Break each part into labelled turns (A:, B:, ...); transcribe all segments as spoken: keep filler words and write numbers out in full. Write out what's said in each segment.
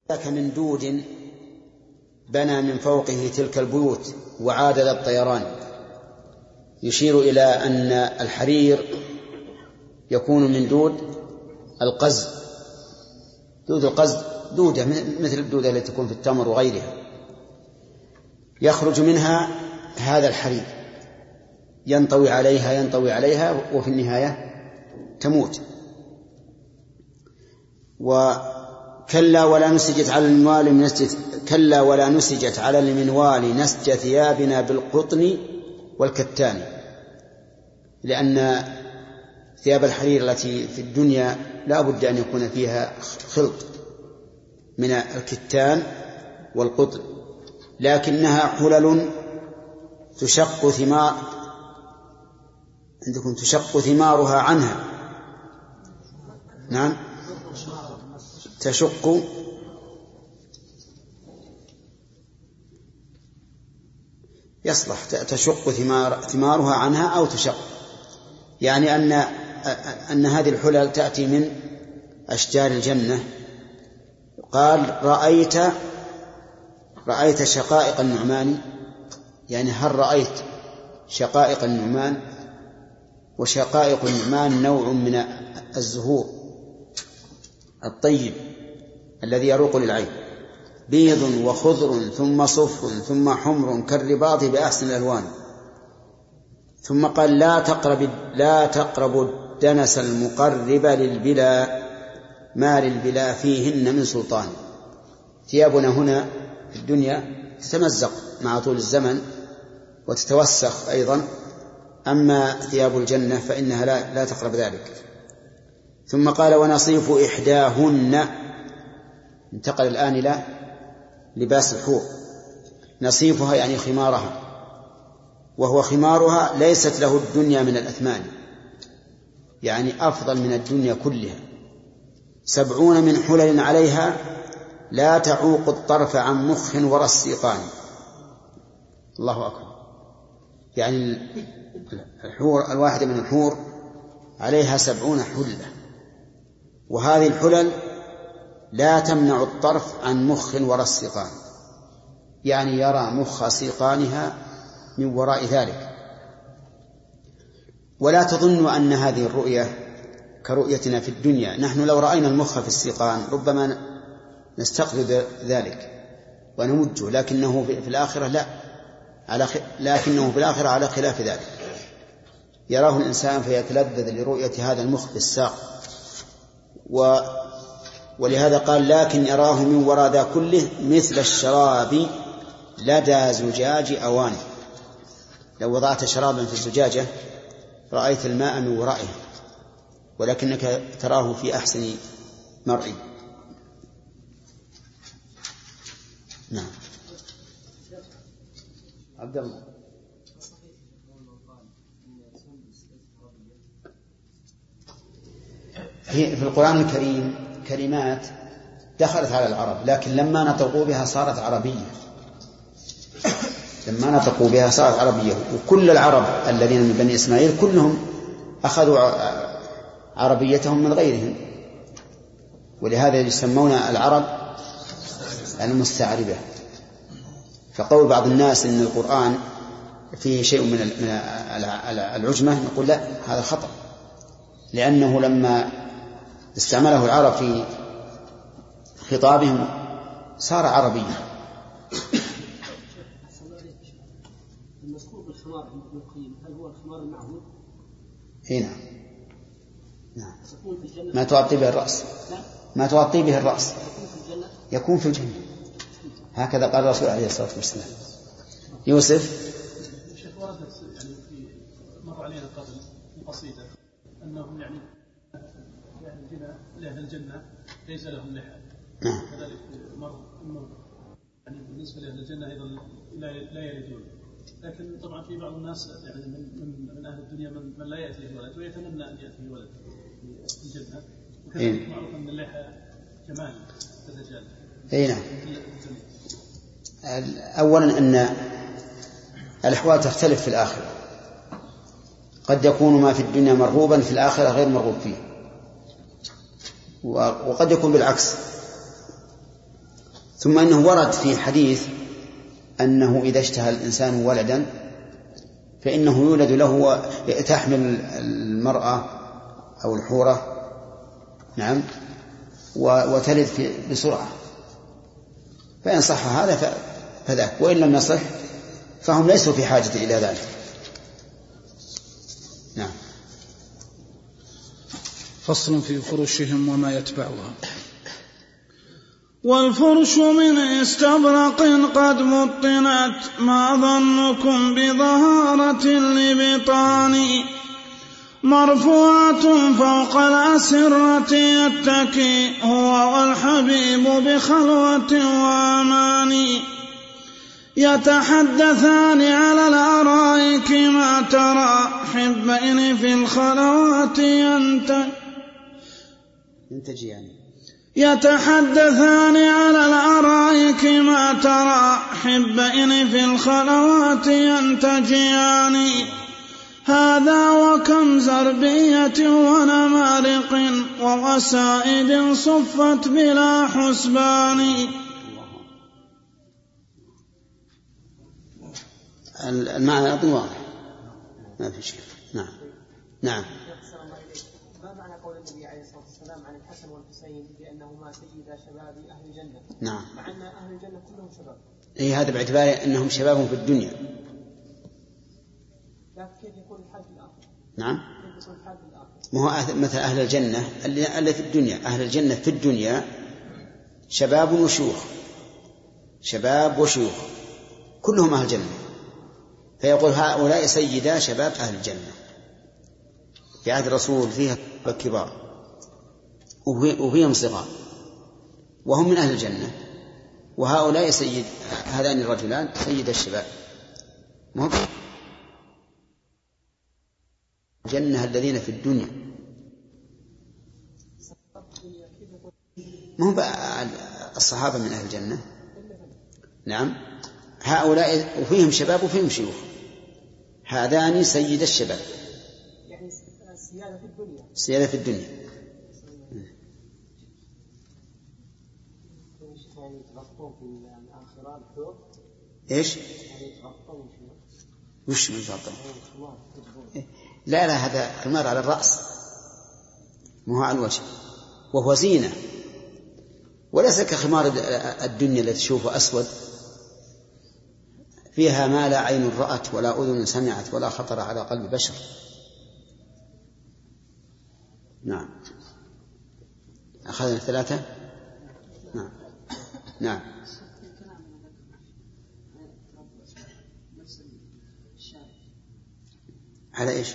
A: ذاك من دود بنى من فوقه تلك البيوت وعاد للطيران، يشير إلى أن الحرير يكون من دود القز. دود القز دودة مثل الدودة التي تكون في التمر وغيرها، يخرج منها هذا الحرير ينطوي عليها ينطوي عليها وفي النهاية تموت. وكلا ولا نسجت على المنوال نسج كلا ولا نسجت على المنوال نسج ثيابنا بالقطن والكتان، لأن ثياب الحرير التي في الدنيا لا بد أن يكون فيها خلط من الكتان والقطن، لكنها حلل تشق ثمار عندكم تشق ثمارها عنها. نعم تشق يصلح تشق ثمار ثمارها عنها أو تشق، يعني أن أن هذه الحلل تأتي من أشجار الجنة. قال رأيت رأيت شقائق النعمان، يعني هل رأيت شقائق النعمان؟ وشقائق النعمان نوع من الزهور الطيب الذي يروق للعين، بيض وخضر ثم صفر ثم حمر كالرباط بأحسن الألوان. ثم قال لا تقرب لا تقربوا الدنس المقرب للبلا ما للبلا فيهن من سلطان. ثيابنا هنا في الدنيا تتمزق مع طول الزمن وتتوسخ أيضا، أما ثياب الجنة فإنها لا, لا تقرب ذلك. ثم قال ونصيف إحداهن، انتقل الآن إلى لباس الحور. نصيفها يعني خمارها، وهو خمارها ليست له الدنيا من الأثمان، يعني أفضل من الدنيا كلها. سبعون من حلل عليها لا تعوق الطرف عن مخ ورا السيقان. الله أكبر، يعني الحور الواحدة من الحور عليها سبعون حلة، وهذه الحلل لا تمنع الطرف عن مخ وراء السيقان، يعني يرى مخ سيقانها من وراء ذلك. ولا تظن أن هذه الرؤية كرؤيتنا في الدنيا، نحن لو رأينا المخ في السيقان ربما نستقبل ذلك ونمجه، لكنه في الآخرة لا على خ... لكنه في الآخرة على خلاف ذلك، يراه الإنسان فيتلذذ لرؤية هذا المخ في الساق. و... ولهذا قال لكن يراه من وراء ذا كله مثل الشراب لدى زجاج أواني. لو وضعت شرابا في الزجاجة رأيت الماء من ورائه، ولكنك تراه في أحسن مرئي. نعم عبد الله. في القرآن الكريم كلمات دخلت على العرب، لكن لما نطقوا بها صارت عربية لما نطقوا بها صارت عربية وكل العرب الذين من بني إسماعيل كلهم أخذوا عربيتهم من غيرهم، ولهذا يسمون العرب المستعربة. فقول بعض الناس إن القرآن فيه شيء من العجمة نقول لا، هذا خطأ، لأنه لما استعمله العرب في خطابهم صار عربيا. المذكور بالخمار عند ابن القيم هل هو الخمار المعهود؟ هنا نعم ما تغطي به الرأس، ما تغطي به الرأس يكون في الجنة، هكذا قال الرسول عليه الصلاة والسلام. يوسف
B: شيخ وردت يعني في مر علينا قبل قصيدة أنهم يعني لأهل الجنة لأهل الجنة ليس لهم لحى، كذلك مر أنه يعني بالنسبة لأهل الجنة أيضا لا لا يلدون، لكن طبعا في بعض الناس يعني من من, من أهل الدنيا من, من لا يأتيه ولد ويتمنى أن يأتيه ولد في الجنة، وكذلك معروف أن اللحى جمال الرجال.
A: أي نعم. أولا أن الأحوال تختلف في الآخرة، قد يكون ما في الدنيا مرغوبا في الآخرة غير مرغوب فيه، وقد يكون بالعكس. ثم أنه ورد في حديث أنه إذا اشتهى الإنسان ولدا فإنه يولد له، تحمل المرأة أو الحورة نعم وتلد بسرعة، فإن صح هذا فذاك، وإن لم يصح فهم ليسوا في حاجة إلى ذلك. نعم.
C: فصل في فرشهم وما يتبعها.
D: والفرش من استبرق قد مطنت، ما ظنكم بظهارة لبطان، مرفوعة فوق الأسرة يتكي هو والحبيب بخلوة وأمان، يتحدثان على الأرائك ما ترى حبين في الخلوات
A: ينتجيان،
D: يتحدثان على الأرائك ما ترى حبين في الخلوات ينتجيان، هذا وكم زربية ونمارق ووسائد صفت بلا حسبان.
A: المعنى أظن واضح ما في شيء. نعم. نعم.
E: ما معنى قول النبي عليه الصلاة والسلام عن الحسن والحسين بأنهما سيدا شباب أهل الجنة؟
A: نعم.
E: مع أن أهل الجنة كلهم شباب.
A: إيه هذا باعتبار أنهم شباب في الدنيا.
E: لكن كيف يكون الحال في الآخرة؟
A: نعم.
E: كيف يكون الحال في الآخرة؟
A: ما هو مثل أهل الجنة اللي في الدنيا، أهل الجنة في الدنيا شباب وشيوخ، شباب وشيوخ كلهم أهل الجنة، فيقول هؤلاء سيدا شباب أهل الجنة. في عهد الرسول فيها كبار وفيهم صغار وهم من أهل الجنة، وهؤلاء سيد هذان الرجلان سيد الشباب، ما هو الجنة الذين في الدنيا، ما هو الصحابة من أهل الجنة. نعم. هؤلاء وفيهم شباب وفيهم شيوخ، هذان سيد الشباب،
E: يعني السيادة في الدنيا.
A: السيادة في الدنيا.
E: يعني يتغطون في الآخرة الحور.
A: إيش؟
E: يعني يتغطون في.
A: وش من يتغطون؟ لا لا هذا خمار على الرأس مو على الوجه، وهو زينة، وليس كخمار الدنيا التي تشوفه أسود فيها ما لا عين رأت ولا أذن سمعت ولا خطر على قلب بشر. نعم. أخذنا ثلاثة. نعم. نعم. على إيش؟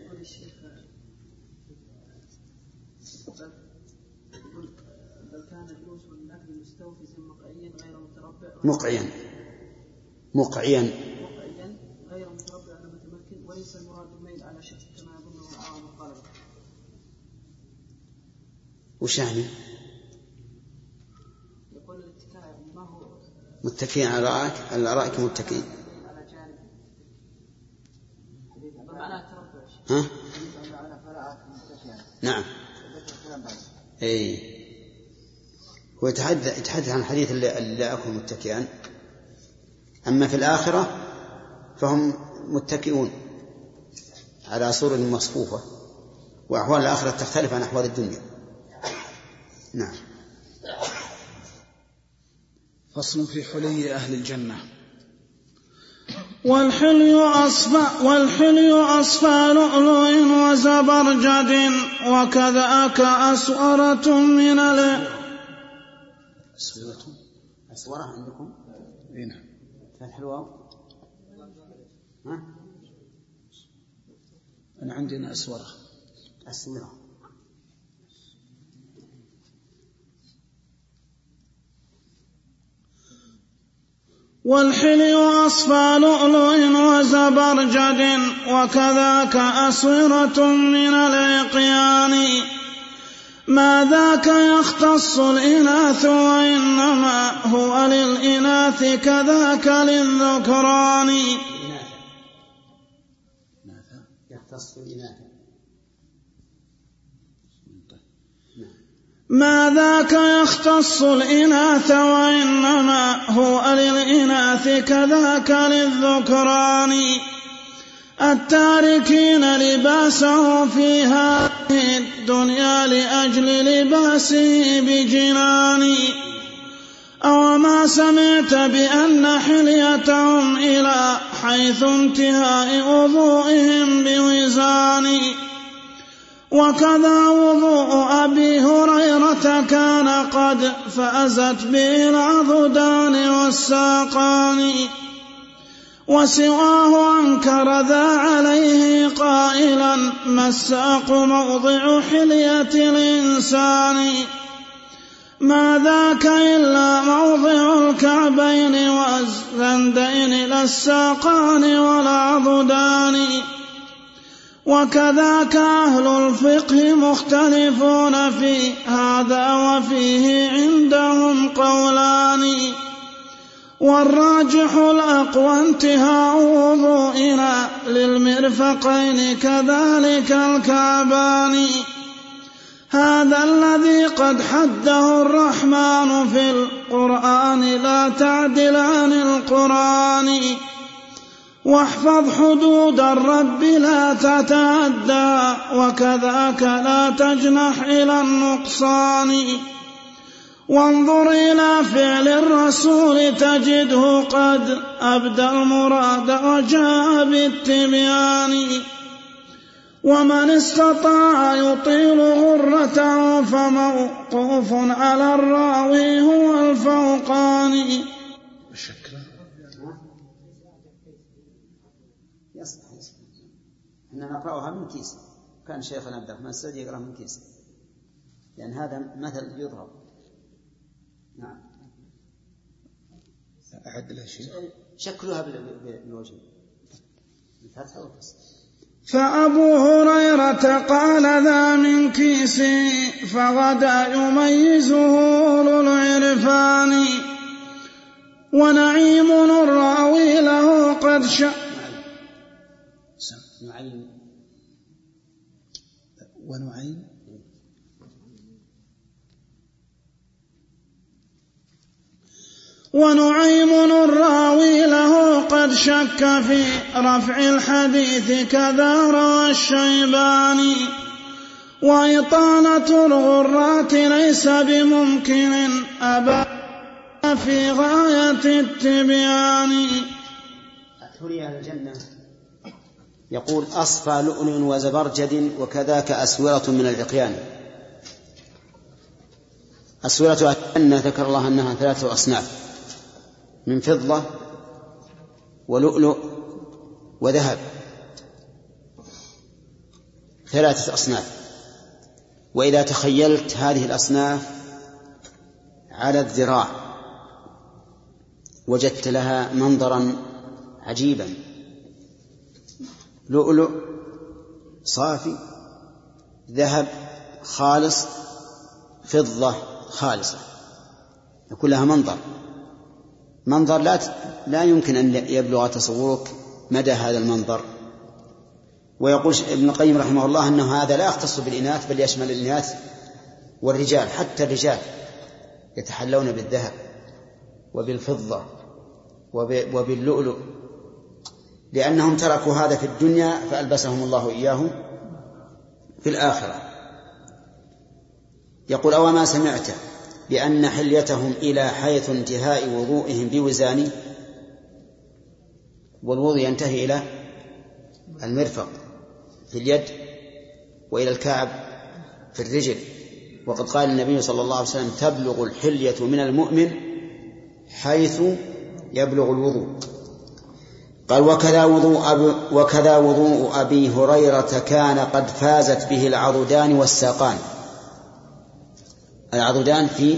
A: مقعيا مقعيا
E: غير متربع على متمكن، وليس المراد الميل على شخص كما يظنه العوام الطلبة.
A: وش يعني؟
E: يقول الاتكاء ما هو
A: متكئين على الأرائك، على الأرائك متكئين
E: على جانب. معناه تربع.
A: ها؟ نعم. اي هو يتحدث يتحدث عن الحديث اللي لا أكون متكئا، أما في الآخرة فهم متكئون على سرر مصفوفة، وأحوال الآخرة تختلف عن أحوال الدنيا. نعم.
C: فصل في حلي أهل الجنة.
D: والحلي أصفى والحلي أصفى لؤلؤ وزبرجد، وكذاك أسورة من ال
A: أسورة أسورة عندكم؟
C: هنا
A: الحلوة. ها؟
C: أنا عندنا أسورة.
A: أسورة.
D: والحلي أصفى لؤلؤ وزبرجد، وكذاك أسورة من العقيان، ما ذاك يختص الإناث وإنما هو للإناث كذاك للذكران.
A: يختص الإناث.
D: ما ذاك يختص الإناث وإنما هو للإناث كذاك للذكران التاركين لباسه في هذه الدنيا لأجل لباسه بجنان أو ما سمعت بأن حليتهم إلى حيث انتهاء وضوئهم بوزان وكذا وضوء أبي هريرة كان قد فأزت به العضدان والساقان وسواه أنكر ذا عليه قائلا ما الساق موضع حلية الإنسان ما ذاك إلا موضع الكعبين والزندين لا الساقان والعضدان وكذاك أهل الفقه مختلفون في هذا وفيه عندهم قولان والراجح الأقوى انتهاء وضوئنا للمرفقين كذلك الكعبان هذا الذي قد حده الرحمن في القرآن لا تعدل عن القرآن واحفظ حدود الرب لا تتعدى وكذاك لا تجنح إلى النقصان وانظر إلى فعل الرسول تجده قد أبدى المراد وجاء بالتبيان ومن استطاع يطيل غرته فموقوف على الراوي هو الفوقاني.
C: شكرا.
A: يصح يصح. إحنا نقرأها من كيس. كان شيخنا عبد الرحمن السعدي يقرأ من كيس. لأن هذا مثل يضرب. نعم.
C: أعد لها شيء.
A: شكلها بالوجه. الفتح والكسر.
D: فأبو هريرة قال ذا من كيسي فغدا يميزه أولو العرفان ونعيم الراوي له قد شاء
A: نعيم
C: ونعيم
D: ونعيم الراوي له قد شك في رفع الحديث كذا روى الشيباني وإطالة الغرات ليس بممكن أبا في غاية التبيان.
A: حري أهل الجنة يقول أصفى لؤلؤ وزبرجد وكذاك أسورة من العقيان. أسورة الجنة ذكر الله أنها ثلاثة أصناف من فضة ولؤلؤ وذهب ثلاثة أصناف. وإذا تخيلت هذه الأصناف على الذراع وجدت لها منظرا عجيبا لؤلؤ صافي ذهب خالص فضة خالصة يكون لها منظر منظر لا لا يمكن أن يبلغ تصورك مدى هذا المنظر. ويقول ابن القيم رحمه الله أنه هذا لا يختص بالإناث بل يشمل الإناث والرجال حتى الرجال يتحلون بالذهب وبالفضة وباللؤلؤ لأنهم تركوا هذا في الدنيا فألبسهم الله إياه في الآخرة. يقول أو ما سمعت بأن حليتهم إلى حيث انتهاء وضوئهم بوزان والوضوء ينتهي إلى المرفق في اليد وإلى الكعب في الرجل. وقد قال النبي صلى الله عليه وسلم تبلغ الحلية من المؤمن حيث يبلغ الوضوء. قال وكذا وضوء, أب وكذا وضوء أبي هريرة كان قد فازت به العضدان والساقان. العضدان في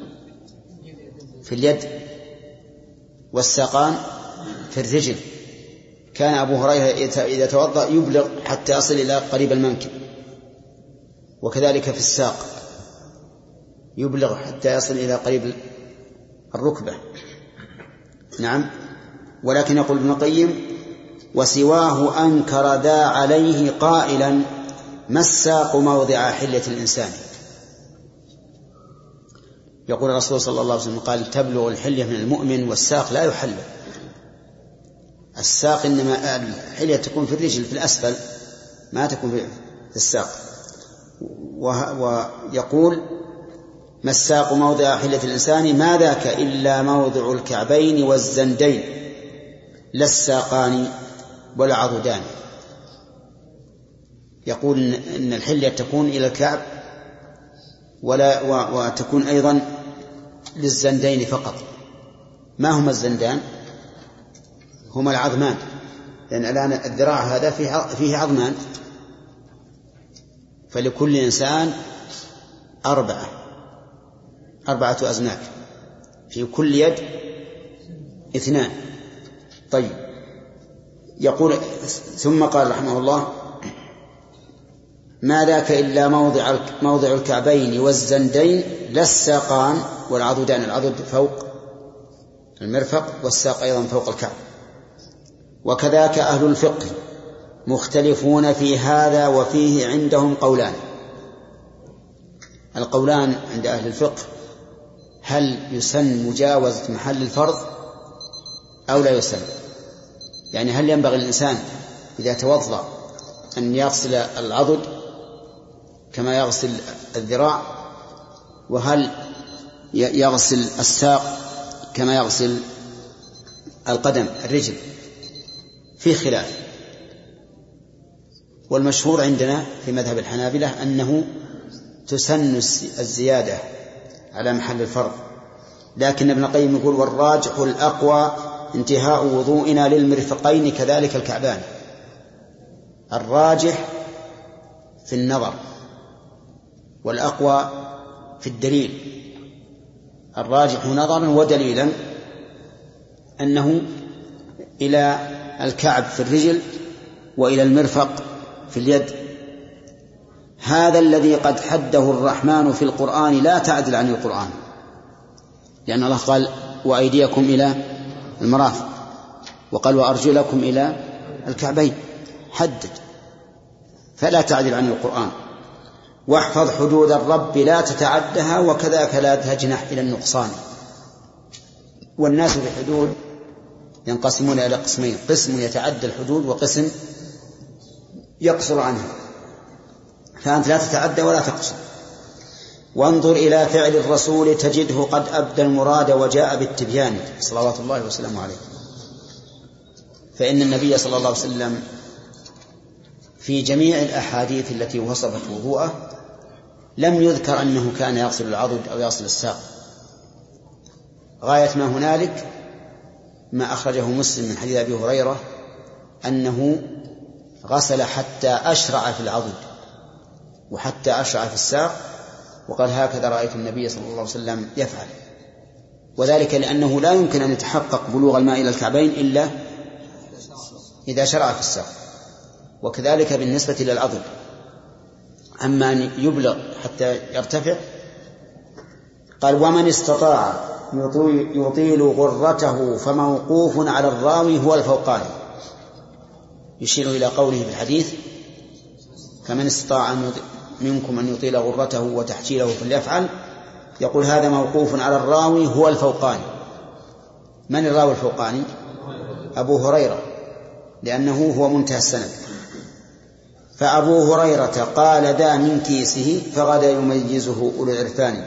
A: في اليد والساقان في الرجل. كان أبو هريرة إذا توضأ يبلغ حتى يصل إلى قريب المنكب وكذلك في الساق يبلغ حتى يصل إلى قريب الركبة. نعم. ولكن يقول ابن القيم وسواه أنكر ذا عليه قائلا ما الساق موضع حلية الإنسان. يقول الرسول صلى الله عليه وسلم قال تبلغ الحلية من المؤمن والساق لا يحل. الساق إنما الحلية تكون في الرجل في الأسفل ما تكون في الساق. ويقول ما الساق موضع حلية الإنسان ما ذاك إلا موضع الكعبين والزندين لا الساقان ولا عضدان. يقول إن الحلية تكون إلى الكعب ولا وتكون أيضا للزندين فقط. ما هما الزندان؟ هما العظمان، لأن الآن الذراع هذا فيه عظمان، فلكل إنسان أربعة أربعة أزناك، في كل يد اثنان. طيب يقول ثم قال رحمه الله ما ذاك إلا موضع موضع الكعبين والزندين لا الساقان والعضدان. العضد فوق المرفق والساق أيضا فوق الكعب. وكذاك أهل الفقه مختلفون في هذا وفيه عندهم قولان. القولان عند أهل الفقه هل يسن مجاوزة محل الفرض أو لا يسن؟ يعني هل ينبغي الإنسان إذا توضأ أن يغسل العضد كما يغسل الذراع، وهل يغسل الساق كما يغسل القدم الرجل؟ في خلاف. والمشهور عندنا في مذهب الحنابلة أنه تسن الزيادة على محل الفرض، لكن ابن القيم يقول والراجح الأقوى انتهاء وضوئنا للمرفقين كذلك الكعبان. الراجح في النظر والأقوى في الدليل. الراجح نظرا ودليلا أنه إلى الكعب في الرجل وإلى المرفق في اليد. هذا الذي قد حده الرحمن في القرآن لا تعدل عن القرآن، لأن الله قال وأيديكم إلى المرافق، وقال وأرجلكم إلى الكعبين، حدد، فلا تعدل عن القرآن. واحفظ حدود الرب لا تتعدها وكذاك لا تجنح إلى النقصان. والناس بحدود ينقسمون إلى قسمين، قسم يتعدى الحدود وقسم يقصر عنها، فأنت لا تتعدى ولا تقصر. وانظر إلى فعل الرسول تجده قد أبدى المراد وجاء بالتبيان صلوات الله وسلامه عليه. فإن النبي صلى الله عليه وسلم في جميع الأحاديث التي وصفت وضوءه لم يذكر أنه كان يغسل العضد أو يغسل الساق. غاية ما هنالك ما أخرجه مسلم من حديث أبي هريرة أنه غسل حتى أشرع في العضد وحتى أشرع في الساق، وقال هكذا رأيت النبي صلى الله عليه وسلم يفعل. وذلك لأنه لا يمكن أن يتحقق بلوغ الماء إلى الكعبين إلا إذا شرع في الساق، وكذلك بالنسبة للعضد. أما أن يبلغ حتى يرتفع، قال ومن استطاع يطيل غرته فموقوف على الراوي هو الفوقاني، يشير إلى قوله في الحديث فمن استطاع منكم أن يطيل غرته وتحجيله فليفعل. يقول هذا موقوف على الراوي هو الفوقاني. من الراوي الفوقاني؟ أبو هريرة، لأنه هو منتهى السند. فأبو هريرة قال ذا من كيسه فغدا يميزه أولو العرفان،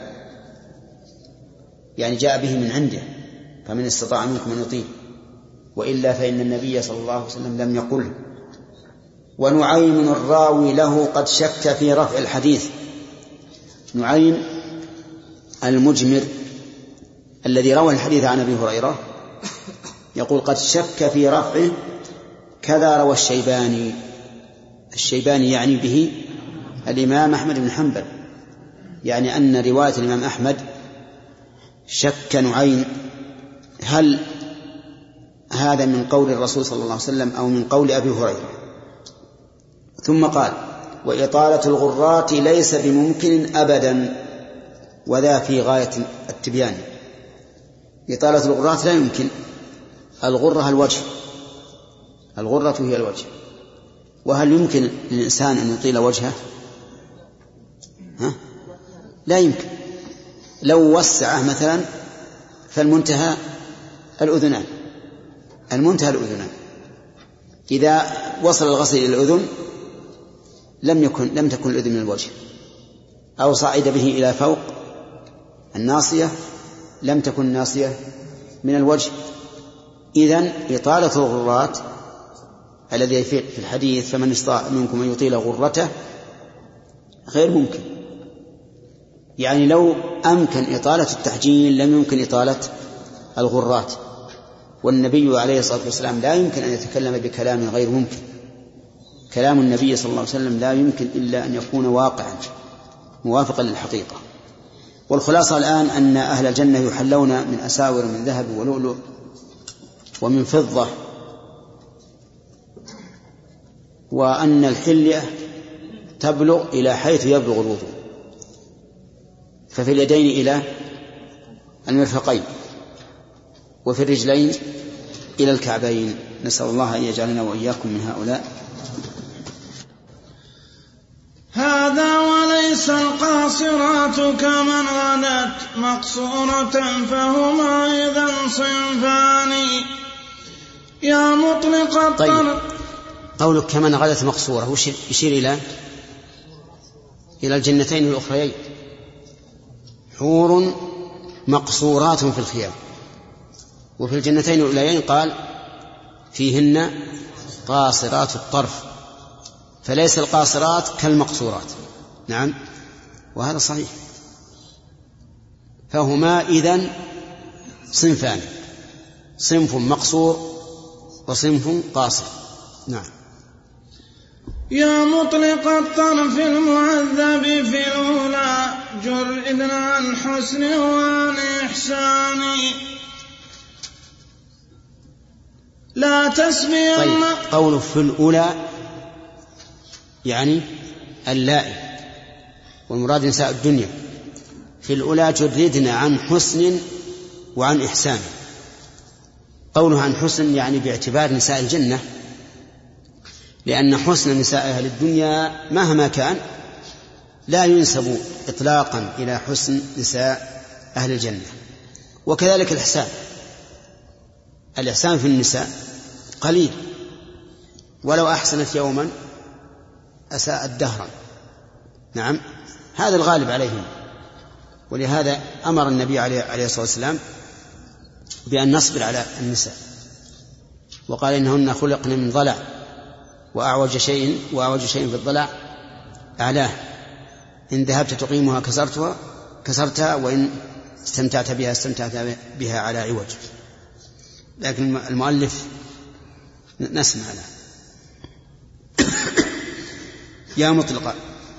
A: يعني جاء به من عنده، فمن استطاع منكم أن يطيل، وإلا فإن النبي صلى الله عليه وسلم لم يقله. ونعيم الراوي له قد شك في رفع الحديث. نعيم المجمر الذي روى الحديث عن أبي هريرة يقول قد شك في رفعه كذا روى الشيباني. الشيباني يعني به الإمام أحمد بن حنبل، يعني أن رواية الإمام أحمد شك نعيم هل هذا من قول الرسول صلى الله عليه وسلم أو من قول أبي هريرة. ثم قال وإطالة الغرات ليس بممكن أبدا، وذا في غاية التبيان. إطالة الغرات لا يمكن. الغرة الوجه، الغرة هي الوجه، وهل يمكن للإنسان أن يطيل وجهه؟ ها؟ لا يمكن. لو وسعه مثلا فالمنتهى الأذنان المنتهى الأذنان إذا وصل الغسل إلى الأذن لم يكن لم تكن الأذن من الوجه، أو صعد به إلى فوق الناصية لم تكن الناصية من الوجه. إذن إطالة الغرات الذي في الحديث فمن استطاع منكم أن يطيل غرته غير ممكن، يعني لو أمكن إطالة التحجيل لم يمكن إطالة الغرات، والنبي عليه الصلاة والسلام لا يمكن أن يتكلم بكلام غير ممكن. كلام النبي صلى الله عليه وسلم لا يمكن إلا أن يكون واقعا موافقا للحقيقة. والخلاصة الآن أن أهل الجنة يحلون من أساور من ذهب ولؤلؤ ومن فضة، وأن الحلية تبلغ إلى حيث يبلغ الوضوء، ففي اليدين إلى المرفقين وفي الرجلين إلى الكعبين. نسأل الله أن يجعلنا وإياكم من هؤلاء.
D: هذا وليس القاصرات كمن غدت مقصورة فهما إذا صنفان يا مطلق الطرف.
A: طيب قولك كمن غدت مقصورة وش يشير إلى إلى الجنتين الأخريين؟ حور مقصورات في الخيام، وفي الجنتين الأوليين قال فيهن قاصرات الطرف، فليس القاصرات كالمقصورات. نعم وهذا صحيح. فهما إذن صنفان، صنف مقصور وصنف قاصر. نعم.
D: يا مطلق الطرف المعذب في الأولى جرئنا عن حسن وعن إحسان لا تسبين.
A: طيب قوله في الأولى يعني اللائي، والمراد نساء الدنيا. في الأولى جردنا عن حسن وعن إحسان. قوله عن حسن يعني باعتبار نساء الجنة، لأن حسن نساء أهل الدنيا مهما كان لا ينسب إطلاقا إلى حسن نساء أهل الجنة. وكذلك الإحسان، الإحسان في النساء قليل، ولو أحسنت يوما أساءت دهرا. نعم هذا الغالب عليهم، ولهذا أمر النبي عليه الصلاة والسلام بأن نصبر على النساء، وقال إنهن خلقن من ضلع وأعوج شيء وأعوج شيء في الضلع أعلاه، إن ذهبت تقيمها كسرتها كسرتها وإن استمتعت بها استمتعت بها على عوج. لكن المؤلف نسمع له. يا مطلق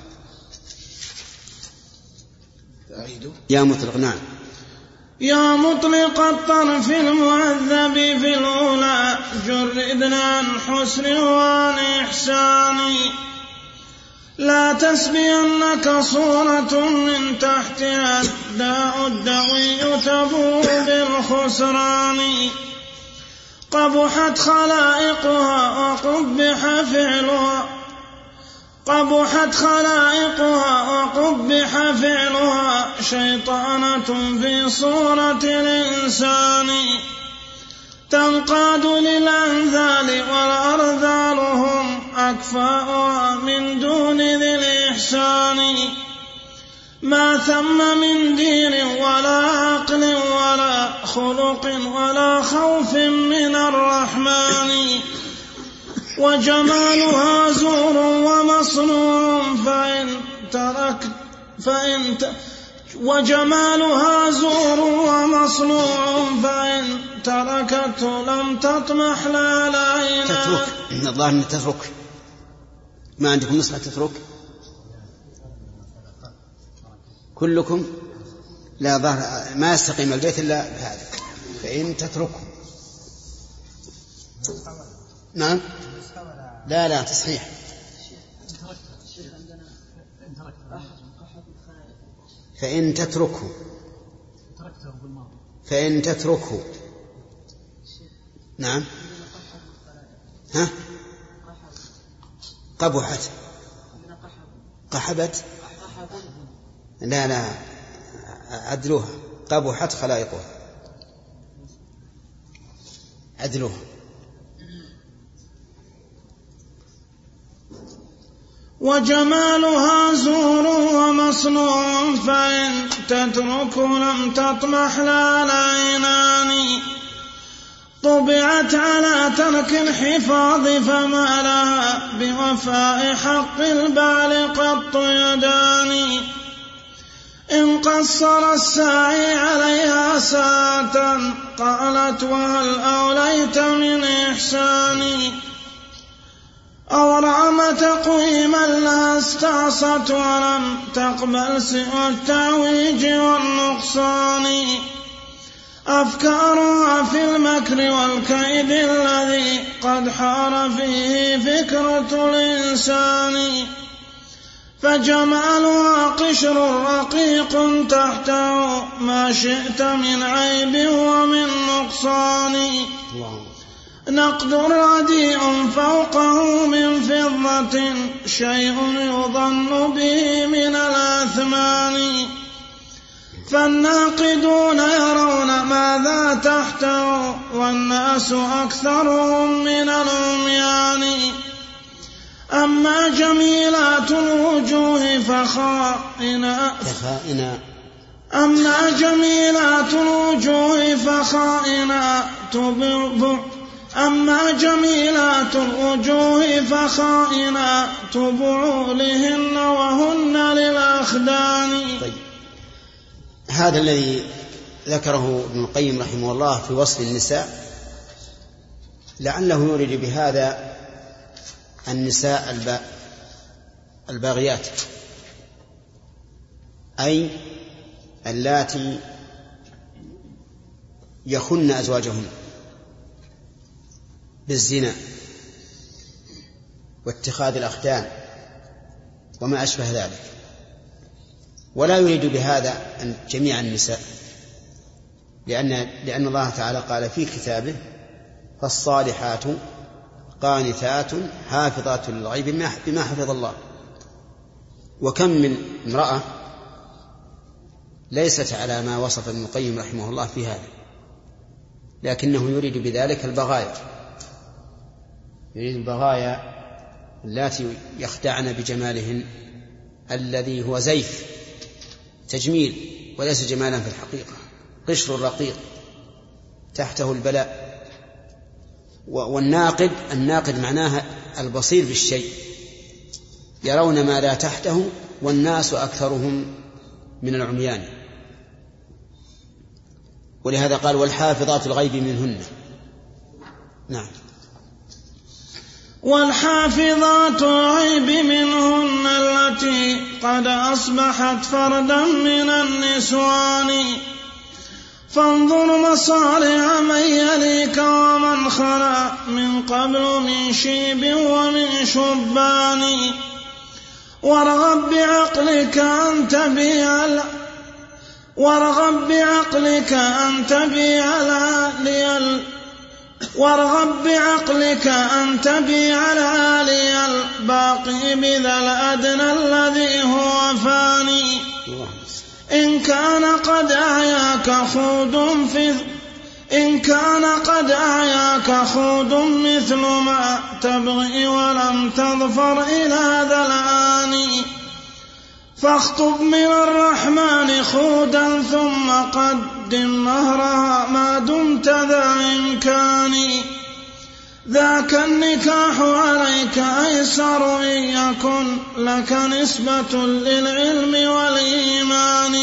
A: يا مطلق نعم.
D: يا مطلق الطرف المعذب في الأولى جردنا عن حسن وعن إحسان لا تسبينك صورة من تحتها الداء الدوي تبور بالخسران قبحت خلائقها وقبح فعلها قبحت خلائقها وقبح فعلها شيطانة في صورة الإنسان تنقاد للأنذال والأرذال هم أكفاؤها من دون ذي الإحسان ما ثم من دين ولا عقل ولا خلق ولا خوف من الرحمن وجمالها زور ومصنوع فإن تركت فإن ت... وجمالها زور ومصنوع فإن تركته لم تطمح لا العين.
A: تترك إن الله أن تترك، ما عندكم نسخة تترك كلكم؟ لا ظهر ما يستقيم البيت إلا بهذا، فإن تتركه. نعم لا لا تصحيح. فإن تتركه فإن تتركه نعم ها قبحت قحبت لا لا عدلوها قبحت خلائقها عدلوها.
D: وجمالها زور ومصنوع فإن تترك لم تطمح لا العينان طبعت على ترك الحفاظ فما لها بوفاء حق البعل قط يدان إن قصر الساعي عليها ساعة قالت وهل أوليت من إحساني أو رام تقويما لا استعصت ولم تقبل سوى التعويج والنقصان أفكارها في المكر والكيد الذي قد حار فيه فكرة الإنسان فجمالها قشر رقيق تحته ما شئت من عيب ومن نقصان نقد رديء فوقه من فضة شيء يظن به من الأثمان فالناقدون يرون ماذا تحته والناس أكثرهم من العميان أما جميلات الوجوه فخائنا أما جميلات الوجوه فخائنا أما جميلات الوجوه فخائنات بعولهن وهن للأخدان.
A: طيب. هذا الذي ذكره ابن القيم رحمه الله في وصف النساء لعله يريد بهذا النساء الباغيات أي اللاتي يخن أزواجهن بالزنا واتخاذ الأخدان وما أشبه ذلك ولا يريد بهذا جميع النساء لأن, لأن الله تعالى قال في كتابه فالصالحات قانتات حافظات للغيب بما حفظ الله. وكم من امرأة ليست على ما وصف ابن القيم رحمه الله في هذا لكنه يريد بذلك البغايا يريد البغايا اللاتي يخدعن بجمالهن الذي هو زيف تجميل وليس جمالا في الحقيقة قشر رقيق تحته البلاء. والناقد الناقد معناها البصير بالشيء يرون ما لا تحته والناس أكثرهم من العميان ولهذا قال والحافظات الغيب منهن. نعم.
D: والحافظات الغيب منهن التي قد أصبحت فردا من النسوان فانظر مصالح من يليك ومن خلا من قبل من شيب ومن شبان وارغب بعقلك أن تبيع وارغب بعقلك أن تبيع العالي وارغب بعقلك أن تبيع العالي الباقي بذا الأدنى الذي هو فاني إن كان قد أعياك خود في إن كان قد أعياك خود مثل ما تبغي ولم تظفر إلى ذا الآن فاخطب من الرحمن خودا ثم قدم مهرها ما دمت ذا إمكان ذاك النكاح عليك أيسر إن يكن لك نسبة للعلم والإيمان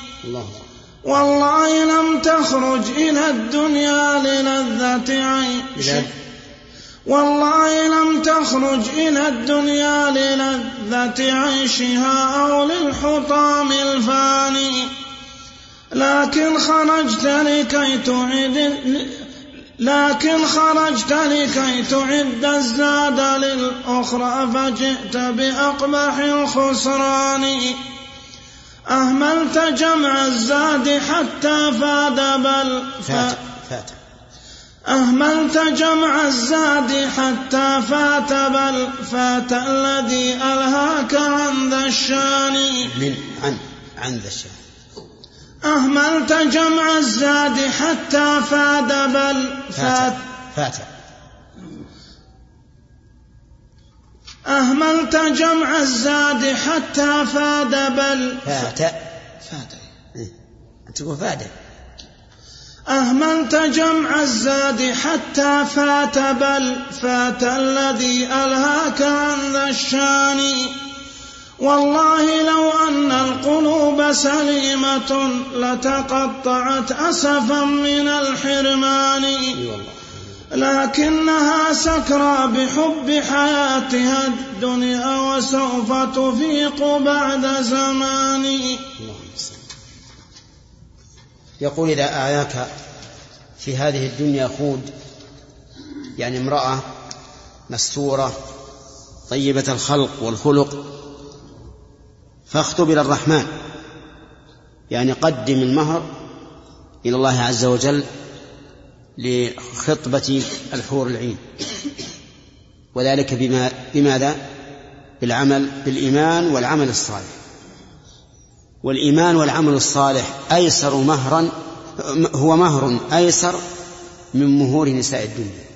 D: والله لم تخرج إلى الدنيا للذة عيش والله لم تخرج إلى الدنيا للذة عيشها أو للحطام الفاني لكن خرجت لكي تعد لكن خرجت لكي تعد الزاد للأخرى فجئت بأقبح الخسران أهملت جمع الزاد حتى فاد بل
A: فات, فات.
D: أهملت جمع الزاد حتى فات بل فات الذي ألهاك عن ذا الشان
A: من عن عن ذا الشان
D: أهملت جمع الزاد حتى فاد بل فات
A: فات
D: أهملت جمع الزاد حتى فاد بل
A: فات فات تقول فاد
D: أهملت جمع الزاد حتى فات بل فات الذي ألهاك عن ذا الشان والله لو أن القلوب سليمة لتقطعت أسفا من الحرمان لكنها سكرى بحب حياتها الدنيا وسوف تفيق بعد زمان.
A: يقول إذا آياك في هذه الدنيا خود، يعني امرأة مستورة طيبة الخلق والخلق، فاخطب إلى الرحمن، يعني قدم المهر إلى الله عز وجل لخطبة الحور العين، وذلك بما بماذا؟ بالعمل بالإيمان والعمل الصالح. والإيمان والعمل الصالح أيسر مهرا، هو مهر أيسر من مهور نساء الدنيا،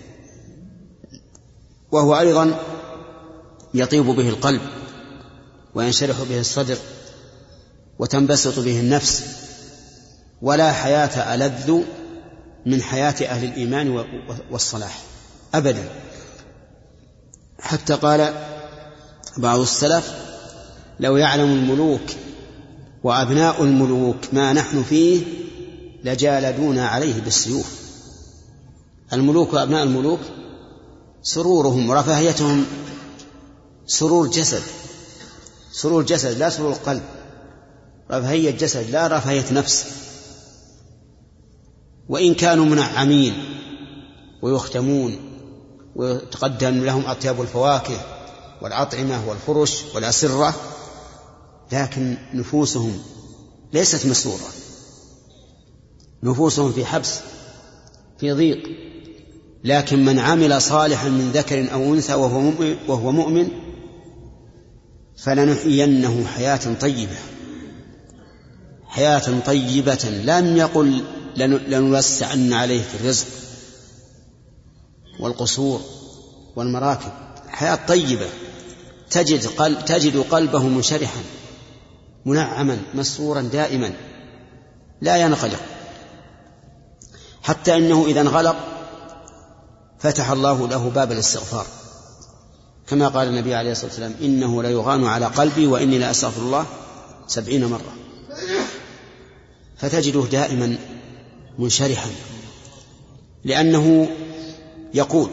A: وهو أيضا يطيب به القلب وينشرح به الصدر وتنبسط به النفس، ولا حياة ألذ من حياة أهل الإيمان والصلاح أبدا. حتى قال بعض السلف: لو يعلم الملوك وأبناء الملوك ما نحن فيه لجالدونا عليه بالسيوف. الملوك وأبناء الملوك سرورهم ورفاهيتهم سرور جسد، سرور جسد لا سرور قلب، رفاهية جسد لا رفاهية نفس. وإن كانوا منعمين ويختمون ويتقدم لهم أطياب الفواكه والأطعمة والفرش والأسرة، لكن نفوسهم ليست مسرورة، نفوسهم في حبس في ضيق. لكن من عمل صالحا من ذكر أو أنثى وهو مؤمن, وهو مؤمن فلنحيينه حياة طيبة، حياة طيبة. لم يقل لنوسعن عليه في الرزق والقصور والمراكب، حياة طيبة تجد, قلب تجد قلبه منشرحا منعما مسرورا دائما لا ينغلق، حتى إنه إذا انغلق فتح الله له باب الاستغفار، كما قال النبي عليه الصلاة والسلام: إنه ليغان على قلبي وإني لأستغفر الله سبعين مرة. فتجده دائما منشرحا، لأنه يقول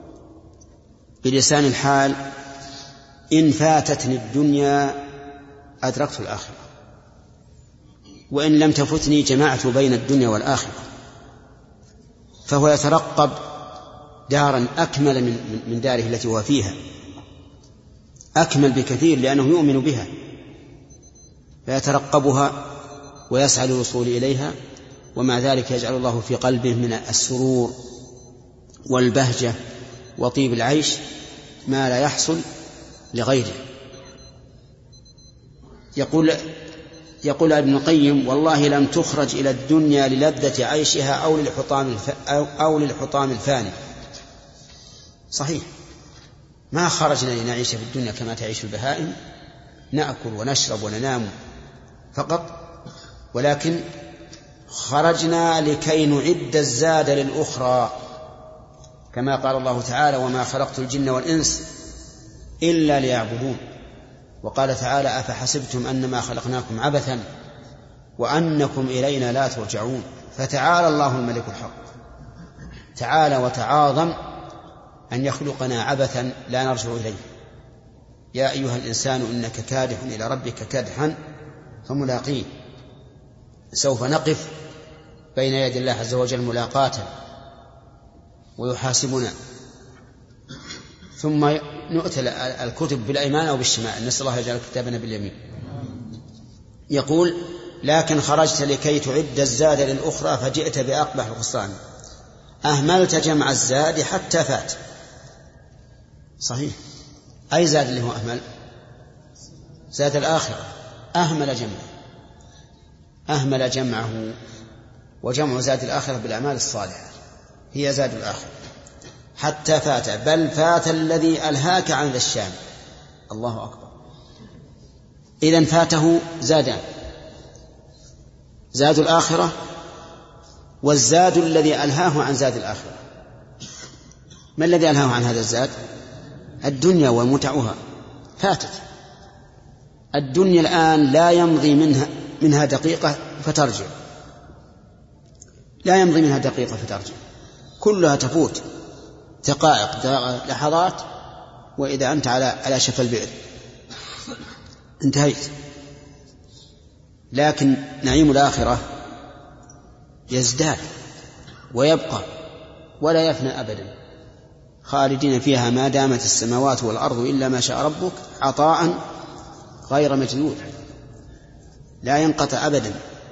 A: بلسان الحال: إن فاتتني الدنيا أدركت الآخرة، وإن لم تفتني جمعت بين الدنيا والآخرة. فهو يترقب دارا أكمل من داره التي هو فيها، أكمل بكثير لأنه يؤمن بها، فيترقبها ويسعى للوصول إليها، ومع ذلك يجعل الله في قلبه من السرور والبهجة وطيب العيش ما لا يحصل لغيره. يقول يقول ابن القيم: والله لم تخرج إلى الدنيا للذة عيشها أو للحطام الف... أو... أو للحطام الفاني. صحيح، ما خرجنا لنعيش في الدنيا كما تعيش البهائم، نأكل ونشرب وننام فقط، ولكن خرجنا لكي نعد الزاد للأخرى، كما قال الله تعالى: وما خلقت الجن والإنس إلا ليعبدون. وقال تعالى: أفحسبتم أنما خلقناكم عبثا وأنكم إلينا لا ترجعون. فتعالى الله الملك الحق، تعالى وتعاظم أن يخلقنا عبثا لا نرجع إليه. يا أيها الإنسان إنك كادح إلى ربك كدحا فملاقيه. سوف نقف بين يدي الله عز وجل ملاقاة ويحاسبنا، ثم نؤتى الكتب بالأيمان أو بالشمال، نسأل الله يجعل كتابنا باليمين. يقول: لكن خرجت لكي تعد الزاد للأخرى فجئت بأقبح الخسران، أهملت جمع الزاد حتى فات. صحيح، أي زاد اللي هو أهمل؟ زاد الآخرة، أهمل جمع. أهمل جمعه، وجمع زاد الآخرة بالأعمال الصالحة هي زاد الآخرة. حتى فات، بل فات الذي ألهاك عن ذا الشام. الله أكبر. إذن فاته زادان: زاد الآخرة والزاد الذي ألهاه عن زاد الآخرة. ما الذي ألهاه عن هذا الزاد؟ الدنيا ومتعها فاتت. الدنيا الآن لا يمضي منها منها دقيقة فترجع، لا يمضي منها دقيقة فترجع، كلها تفوت دقائق لحظات، وإذا أنت على على شفا البئر انتهيت. لكن نعيم الآخرة يزداد ويبقى ولا يفنى أبدا، خالدين فيها ما دامت السماوات والأرض إلا ما شاء ربك، عطاء غير مجدود لا ينقطع أبدا.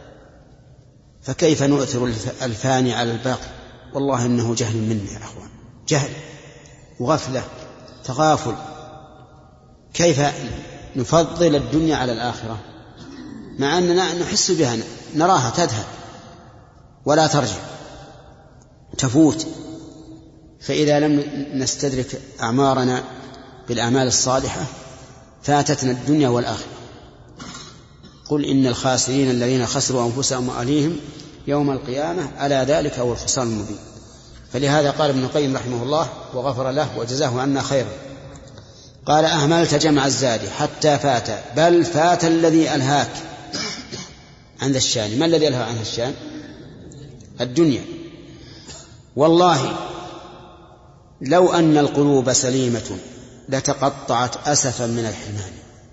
A: فكيف نؤثر الفاني على الباقي؟ والله إنه جهل منا يا أخوان، جهل وغفلة تغافل. كيف نفضل الدنيا على الآخرة مع أننا نحس بها، نراها تذهب ولا ترجع، تفوت. فإذا لم نستدرك أعمارنا بالأعمال الصالحة فاتتنا الدنيا والآخرة. قل إن الخاسرين الذين خسروا أنفسهم وأهليهم يوم القيامة ألا ذلك هو الخسران المبين. فلهذا قال ابن القيم رحمه الله وغفر له وجزاه عنا خيرا، قال: أهملت جمع الزاد حتى فات، بل فات الذي ألهاك عن ذا الشان. ما الذي ألهى عن الشان؟ الدنيا. والله لو أن القلوب سليمة لتقطعت أسفا من الحرمان.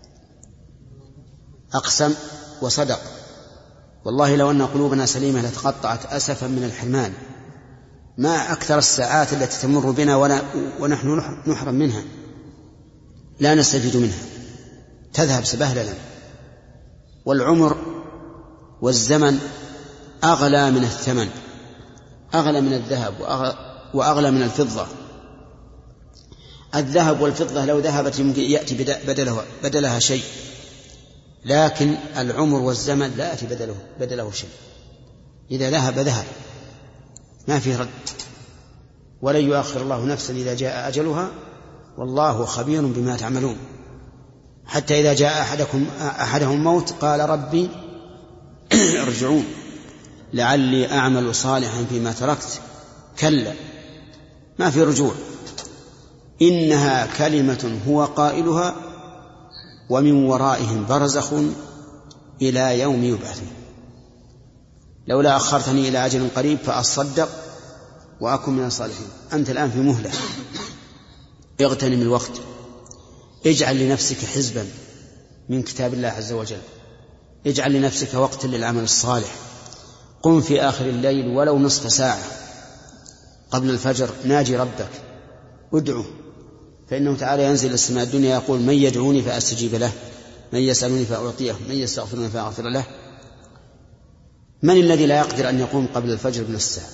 A: أقسم وصدق، والله لو أن قلوبنا سليمة لتقطعت أسفا من الحرمان. ما أكثر الساعات التي تمر بنا ونحن نحرم منها، لا نستفيد منها، تذهب سبهللا. والعمر والزمن أغلى من الثمن، أغلى من الذهب وأغلى من الفضة. الذهب والفضة لو ذهبت يمكن يأتي بدله بدلها شيء، لكن العمر والزمن لا يأتي بدله, بدله شيء. إذا ذهب ذهب ما فيه رد، ولن يؤخر الله نفسا إذا جاء أجلها، والله خبير بما تعملون. حتى إذا جاء أحدكم أحدهم الموت قال: ربي ارجعون لعلي أعمل صالحا فيما تركت. كلا، ما في رجوع. إنها كلمة هو قائلها ومن ورائهم برزخ إلى يوم يبعثون. لولا أخرتني إلى أجل قريب فأصدق وأكن من الصالحين. أنت الآن في مهلة، اغتنم الوقت، اجعل لنفسك حزبا من كتاب الله عز وجل، اجعل لنفسك وقتا للعمل الصالح. قم في آخر الليل ولو نصف ساعة قبل الفجر، ناجي ربك، ادعو، فإنه تعالى ينزل إلى السماء الدنيا يقول: من يدعوني فأستجيب له، من يسألني فأعطيه، من يستغفرني فأغفر له. من الذي لا يقدر أن يقوم قبل الفجر بنصف ساعة؟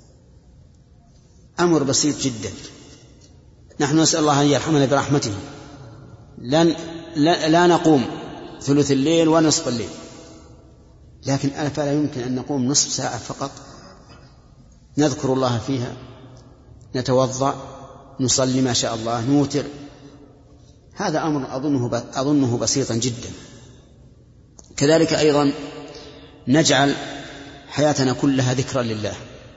A: أمر بسيط جدا. نحن نسأل الله أن يرحمنا برحمته، لن لا, لا نقوم ثلث الليل ونصف الليل، لكن أفلا يمكن أن نقوم نصف ساعة فقط نذكر الله فيها، نتوضأ، نصلي ما شاء الله، نوتر. هذا أمر أظنه, أظنه بسيطا جدا. كذلك أيضا نجعل حياتنا كلها ذكرا لله،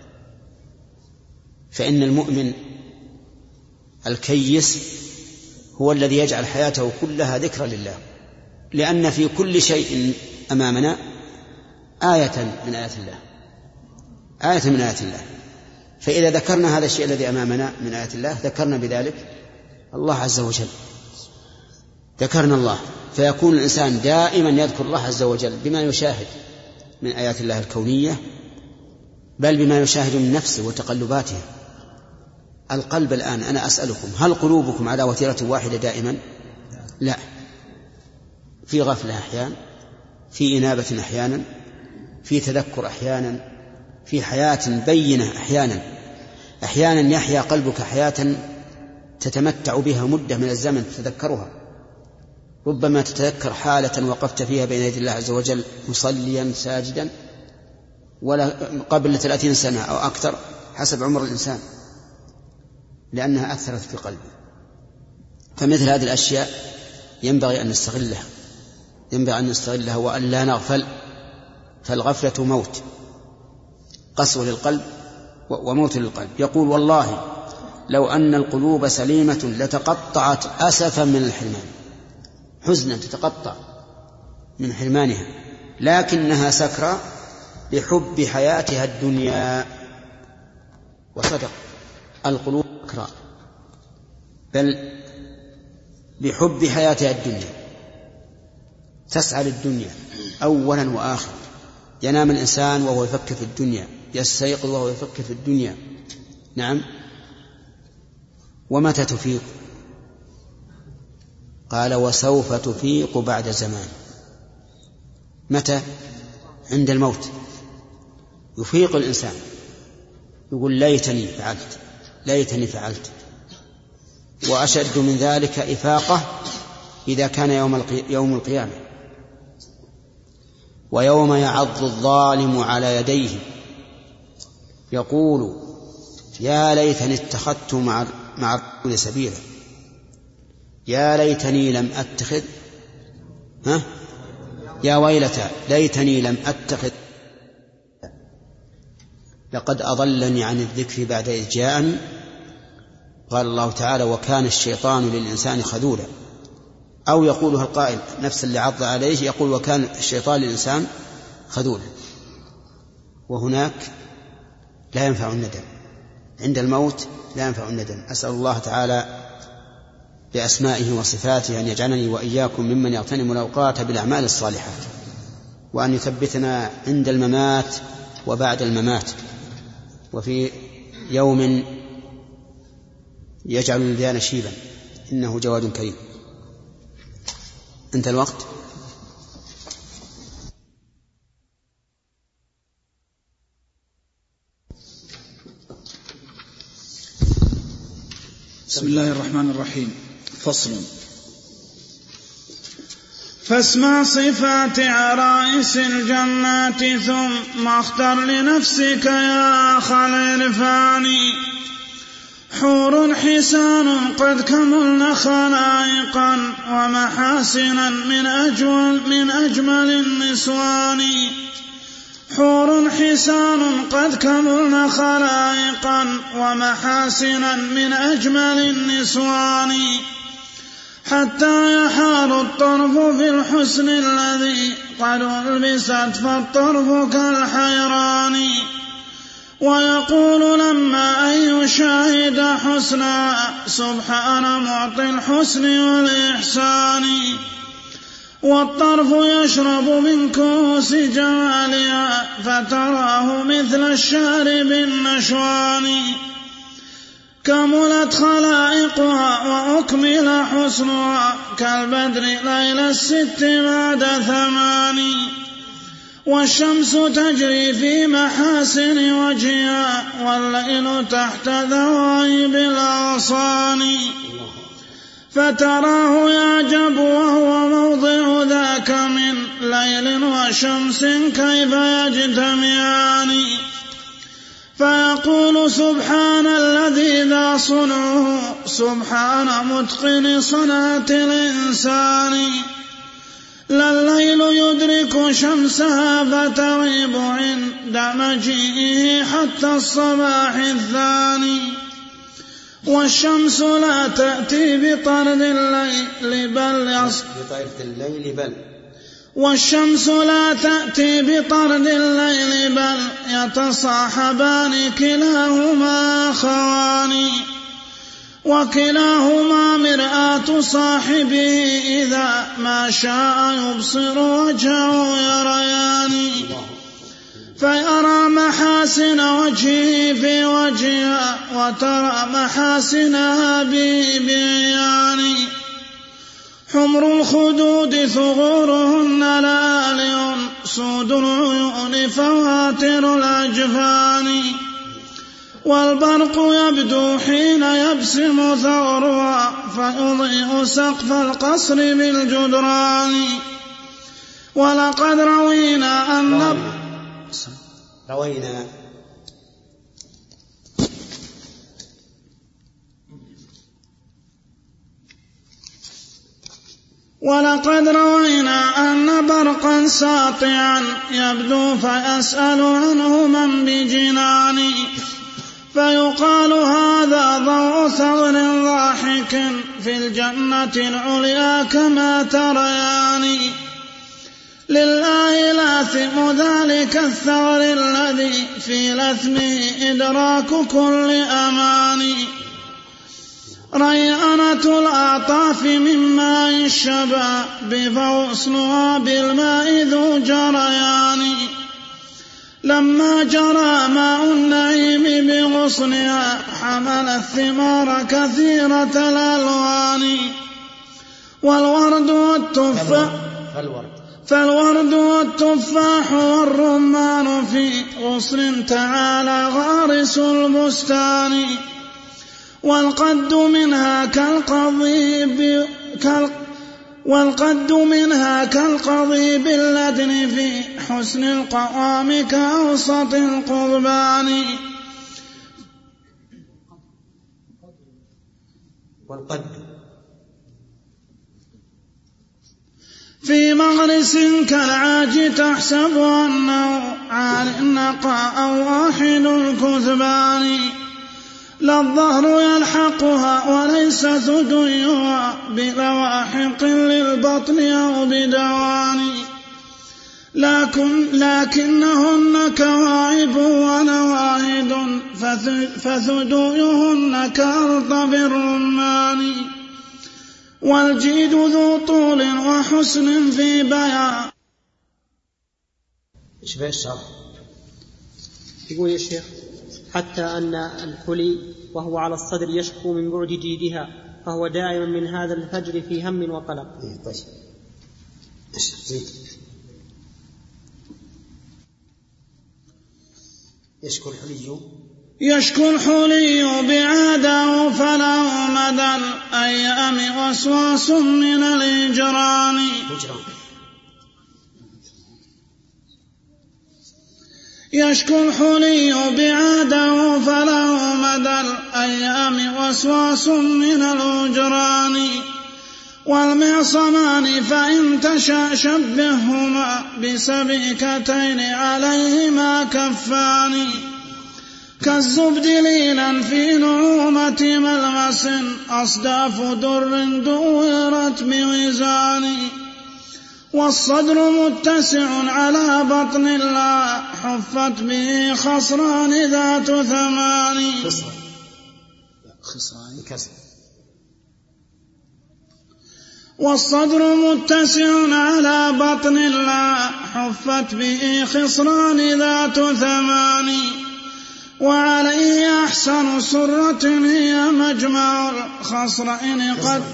A: فإن المؤمن الكيس هو الذي يجعل حياته كلها ذكرا لله، لأن في كل شيء أمامنا آية من آيات الله، آية من آيات الله. فإذا ذكرنا هذا الشيء الذي أمامنا من آيات الله ذكرنا بذلك الله عز وجل، ذكرنا الله، فيكون الإنسان دائما يذكر الله عز وجل بما يشاهد من آيات الله الكونية، بل بما يشاهد من نفسه وتقلباته. القلب الآن أنا أسألكم، هل قلوبكم على وتيرة واحدة دائما؟ لا، في غفلة أحيانا، في إنابة أحيانا، في تذكر أحيانا، في حياة بينة أحيانا. أحيانا يحيا قلبك حياة تتمتع بها مدة من الزمن تتذكرها، ربما تتذكر حالة وقفت فيها بين يدي الله عز وجل مصليا ساجدا ولا قبل ثلاثين سنة أو أكثر حسب عمر الإنسان، لأنها أثرت في قلبه. فمثل هذه الأشياء ينبغي أن نستغلها ينبغي أن نستغلها وأن لا نغفل، فالغفلة موت، قسوة للقلب وموت للقلب. يقول والله لو أن القلوب سليمة لتقطعت أسفا من الحرمان، حزنا تتقطع من حرمانها، لكنها سكرى بحب حياتها الدنيا. وصدق، القلوب سكرى بل بحب حياتها الدنيا، تسعى للدنيا أولا وآخر. ينام الإنسان وهو يفكر في الدنيا، يستيقظ وهو يفكر في الدنيا. نعم. ومتى تفيق؟ قال وسوف تفيق بعد زمان. متى؟ عند الموت يفيق الإنسان، يقول ليتني فعلت ليتني فعلت. وأشد من ذلك إفاقة إذا كان يوم يوم القيامة، ويوم يعض الظالم على يديه يقول يا ليتني اتخذت مع مع الرسول سبيلا، يا ليتني لم أتخذ ها يا ويلتى ليتني لم أتخذ لقد أضلني عن الذكر بعد إذ جاءني. قال الله تعالى وكان الشيطان للإنسان خذولا. أو يقولها القائل نفس اللي عض عليه يقول وكان الشيطان للإنسان خذولا. وهناك لا ينفع الندم، عند الموت لا ينفع الندم. أسأل الله تعالى بأسمائه وصفاته أن يجعلني وإياكم ممن يغتنم الأوقات بالأعمال الصالحات، وأن يثبتنا عند الممات وبعد الممات، وفي يوم يجعل الولدان شيبا، إنه جواد كريم. انتهى الوقت.
D: بسم الله الرحمن الرحيم. فصل. فاسمع صفات عرائس الجنات ثم اختر لنفسك يا أخ العرفان. حور حسان قد كملن خلائقا ومحاسنا من أجمل, من أجمل النسوان. حور حسان قد كملن خلائقا ومحاسنا من أجمل النسوان. حتى يحار الطرف في الحسن الذي قد ألبست فالطرف كالحيران. ويقول لما أن يشاهد حسنا سبحان معطي الحسن والإحسان. والطرف يشرب من كؤوس جمالها فتراه مثل الشارب النشوان. كملت خلائقها وأكمل حسنها كالبدر ليل الست بعد ثمان. والشمس تجري في محاسن وجهها والليل تحت ذوائب الأغصان. فتراه يعجب وهو موضع ذاك من ليل وشمس كيف يجتمعان. فيقول سبحان الذي ذا صنعه سبحان متقن صنعة الإنسان. لا الليل يدرك شمسها فتغيب عند مجيئه حتى الصباح الثاني. والشمس لا تأتي بطرد الليل بل
A: بطرد الليل بل
D: والشمس لا تأتي بطرد الليل بل يتصاحبان كلاهما أخوان. وكلاهما مرآة صاحبه إذا ما شاء يبصر وجهه يريان. فيرى محاسن وجهه في وجهها وترى محاسنها به بعيان. حمر الخدود ثغورهن لآلئ سود العيون فواتر الأجفان. والبرق يبدو حين يبسم ثورها فيضيء سقف القصر بالجدران. ولقد روينا أن
A: روينا
D: ولقد روينا أن برقا ساطعا يبدو فيسأل عنه من بجنان فيقال هذا ضوء ثغر ضاحك في الجنة العليا كما تريان. لله لاثم ذلك الثغر الذي في لثمه إدراك كل أمان. ريانة الأعطاف من ماء الشباب فغسلها بالماء ذو جريان. لما جرى ماء النعيم بغصنها حمل الثمار كثيرة الألوان. والورد والتفاح فالورد والتفاح والرمان في غصن تعالى غارس البستان. والقد منها كالقضيب والقد منها كالقضيب اللدن في حسن القوام كأوسط القضبان.
A: والقد
D: في مغرس كالعاج تحسب أنه عال النقاء أو واحد الكثبان. لا الظهر يلحقها وليس ثديها بلواحق للبطن أو بدوان. لكن لكنهن كواعب ونواهد فثديهن كأرطب الرمان. والجيد ذو طول وحسن في بيان.
A: ايش بقى الشرح؟
E: يقول يا شيخ حتى أن الحلي وهو على الصدر يشكو من بعد جيدها فهو دائما من هذا الفجر في هم وقلق.
A: طيب يشكو الحلي
D: يشكو الحلي بعاده فله مدى الأيام وسواس من الإجران. يشكو الحلي بعاده فله مدى الأيام وسواس من الأجران. والمعصمان فإن تشاء شبههما بسبيكتين عليهما كفان. كالزبد ليلا في نعومة ملمس أصداف در دورت بوزان. والصدر متسع على بطن لا حفت به خصران ذات ثمان. والصدر متسع على بطن لا حفت به خصران ذات ثمان. وعليه أحسن سرة هي مجمع الخصرين قد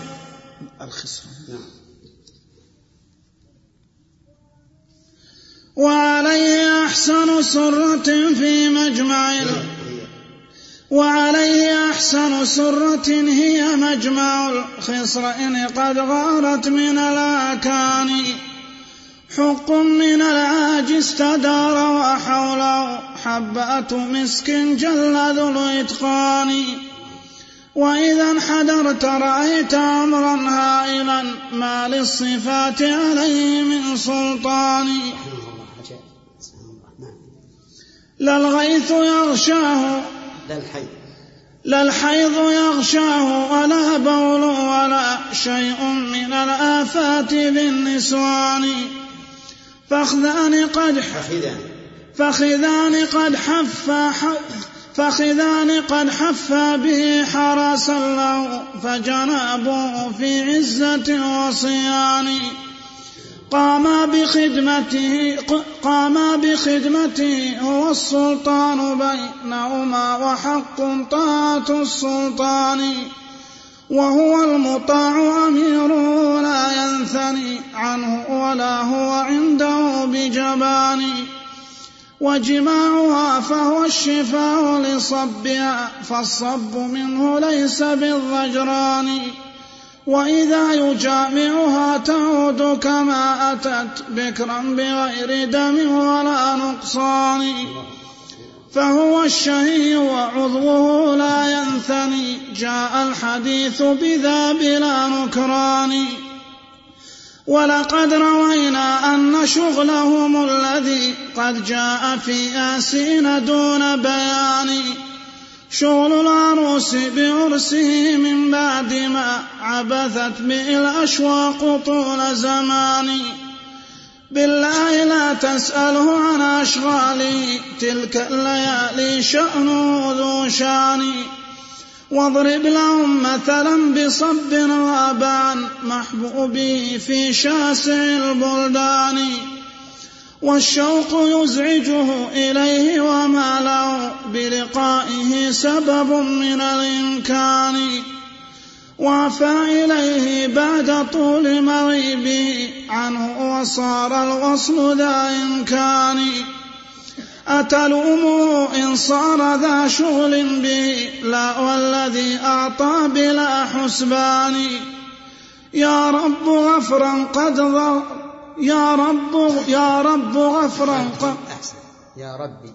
D: وعليه أحسن سرة في مجمع وعليه أحسن سرة هي مجمع الخصرين قد غارت من الأكان. حق من العاج استدار وحوله حبات مسك جل ذو الإتقان. وإذا انحدرت رأيت أمرا هائلا ما للصفات عليه من سلطان. لا الغيث يغشاه لا الحيض يغشاه ولا بول ولا شيء من الآفات بالنسوان. فخذان قد فخذان قد حفا فخذان قد حفا به حرس له فجنابه في عزة وصيان. قاما بخدمته قاما بخدمته هو السلطان بينهما وحق طاعة السلطان. وهو المطاع أميره لا ينثني عنه ولا هو عنده بجبان. وجماعها فهو الشفاء لصبها، فالصب منه ليس بالضجران، وإذا يجامعها تعود كما أتت بكرا بغير دم ولا نقصان، فهو الشهي وعضوه لا ينثني، جاء الحديث بذا بلا نكران. ولقد روينا أن شغلهم الذي قد جاء في آسين دون بيان، شغل العروس بعرسه من بعد ما عبثت به الأشواق طول زمان. بالله لا تسأله عن أشغاله، تلك الليالي شأنه ذو شان. واضرب لهم مثلا بصب غاب عن محبوبه في شاسع البلدان، والشوق يزعجه إليه وما له بلقائه سبب من الإمكان، وعفى إليه بعد طول مغيبه عنه وصار الوصل ذا إمكان. أتلومه إن صار ذا شغل به، لا والذي أعطى بلا حسبان. يا رب غفرا قد ظهر يا رب يا رب غفرا قد
A: يا ربي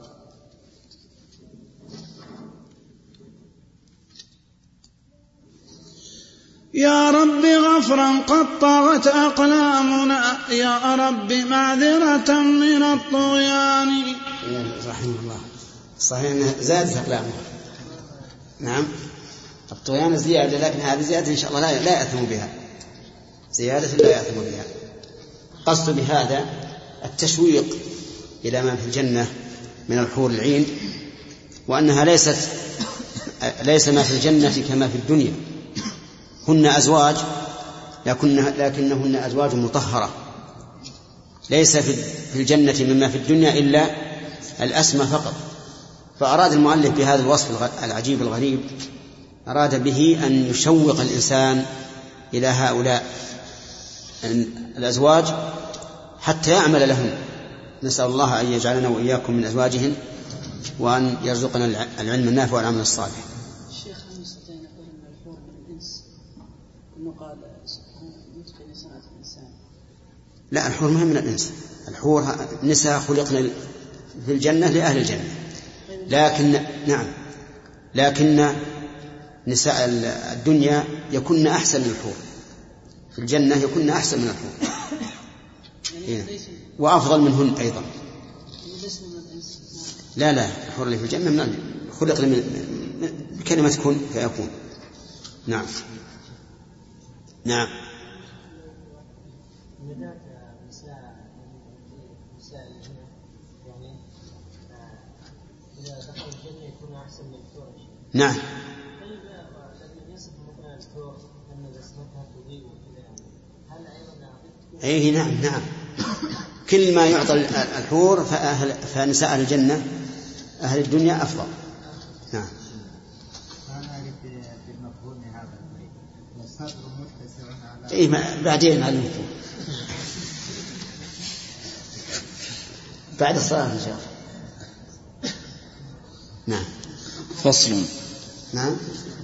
D: يا رب غفرا قد طغت أقلامنا، يا رب معذرة من الطغيان.
A: رحمه الله. صحيح أنها زادت أقلامه، نعم الطغيان زيادة، لكن هذه زيادة إن شاء الله لا لا يأثم بها، زيادة لا يأثم بها. قصد بهذا التشويق إلى ما في الجنة من الحور العين، وأنها ليست ليس ما في الجنة كما في الدنيا، هن أزواج لكنهن أزواج مطهرة، ليس في الجنة مما في الدنيا إلا الأسمى فقط. فأراد المؤلف بهذا الوصف العجيب الغريب، أراد به أن يشوق الإنسان إلى هؤلاء الأزواج حتى يعمل لهم. نسأل الله أن يجعلنا وإياكم من أزواجهم، وأن يرزقنا العلم النافع والعمل الصالح.
B: الشيخ هل نستطيع أن نقول أن الحور من الإنس؟ إنه قال سبحانه يتقن صنعة الإنسان.
A: لا، الحور ما من الإنس، الحور نساء خلقنا في الجنة لأهل الجنة، لكن نعم لكن نساء الدنيا يكن أحسن من الحور، في الجنة يكن أحسن من الحور يعني وأفضل منهن أيضا. لا لا الحور اللي في الجنة من خلقنا من كلمة كن فيكون. نعم نعم نعم. أي نعم نعم كل ما يعطى الحور فأهل فنساء أهل الجنة أهل الدنيا أفضل. نعم. إيه بعدين معلوم بعد الصلاة إن شاء الله. نعم.
C: فصل.
A: نعم.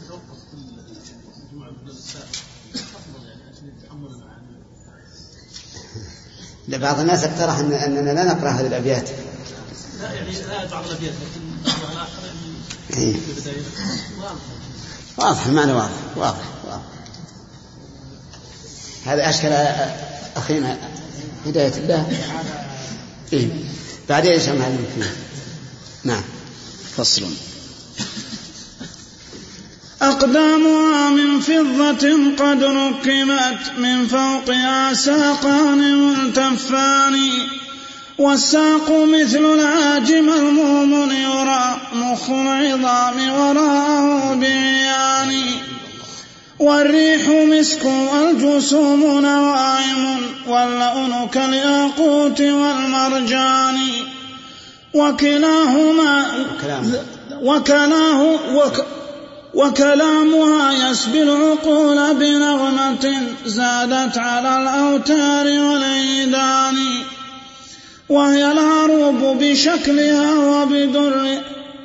A: بعض الناس اقترح أن أننا لا نقرأ هذه الأبيات.
B: لا يعني لا بعض الأبيات لكن
A: إيه. واضح المعنى واضح واضح واضح. هذا أشكال أخينا هداية الله. إيه بعدين إيش معلم فيه. نعم.
C: فصل.
D: أقدامها من فضة قد ركبت من فوقها ساقان ملتفان، والساق مثل العاجم المؤمن يرى مخ العظام وراءه بعيان، والريح مسك والجسوم نواعم واللؤن كالياقوت والمرجان، وكلاهما وكلاه وك وكلامها يسبي العقول بنغمة زادت على الأوتار والعيدان، وهي العروب بشكلها وبدر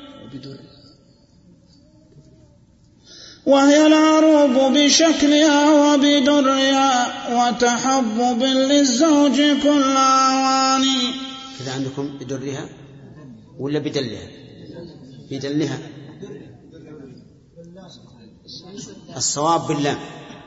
D: وهي العروب بشكلها وبدرها وتحبب للزوج كل أواني.
A: كذا عندكم بدرها ولا بدلها؟ بدلها. الصواب بالله.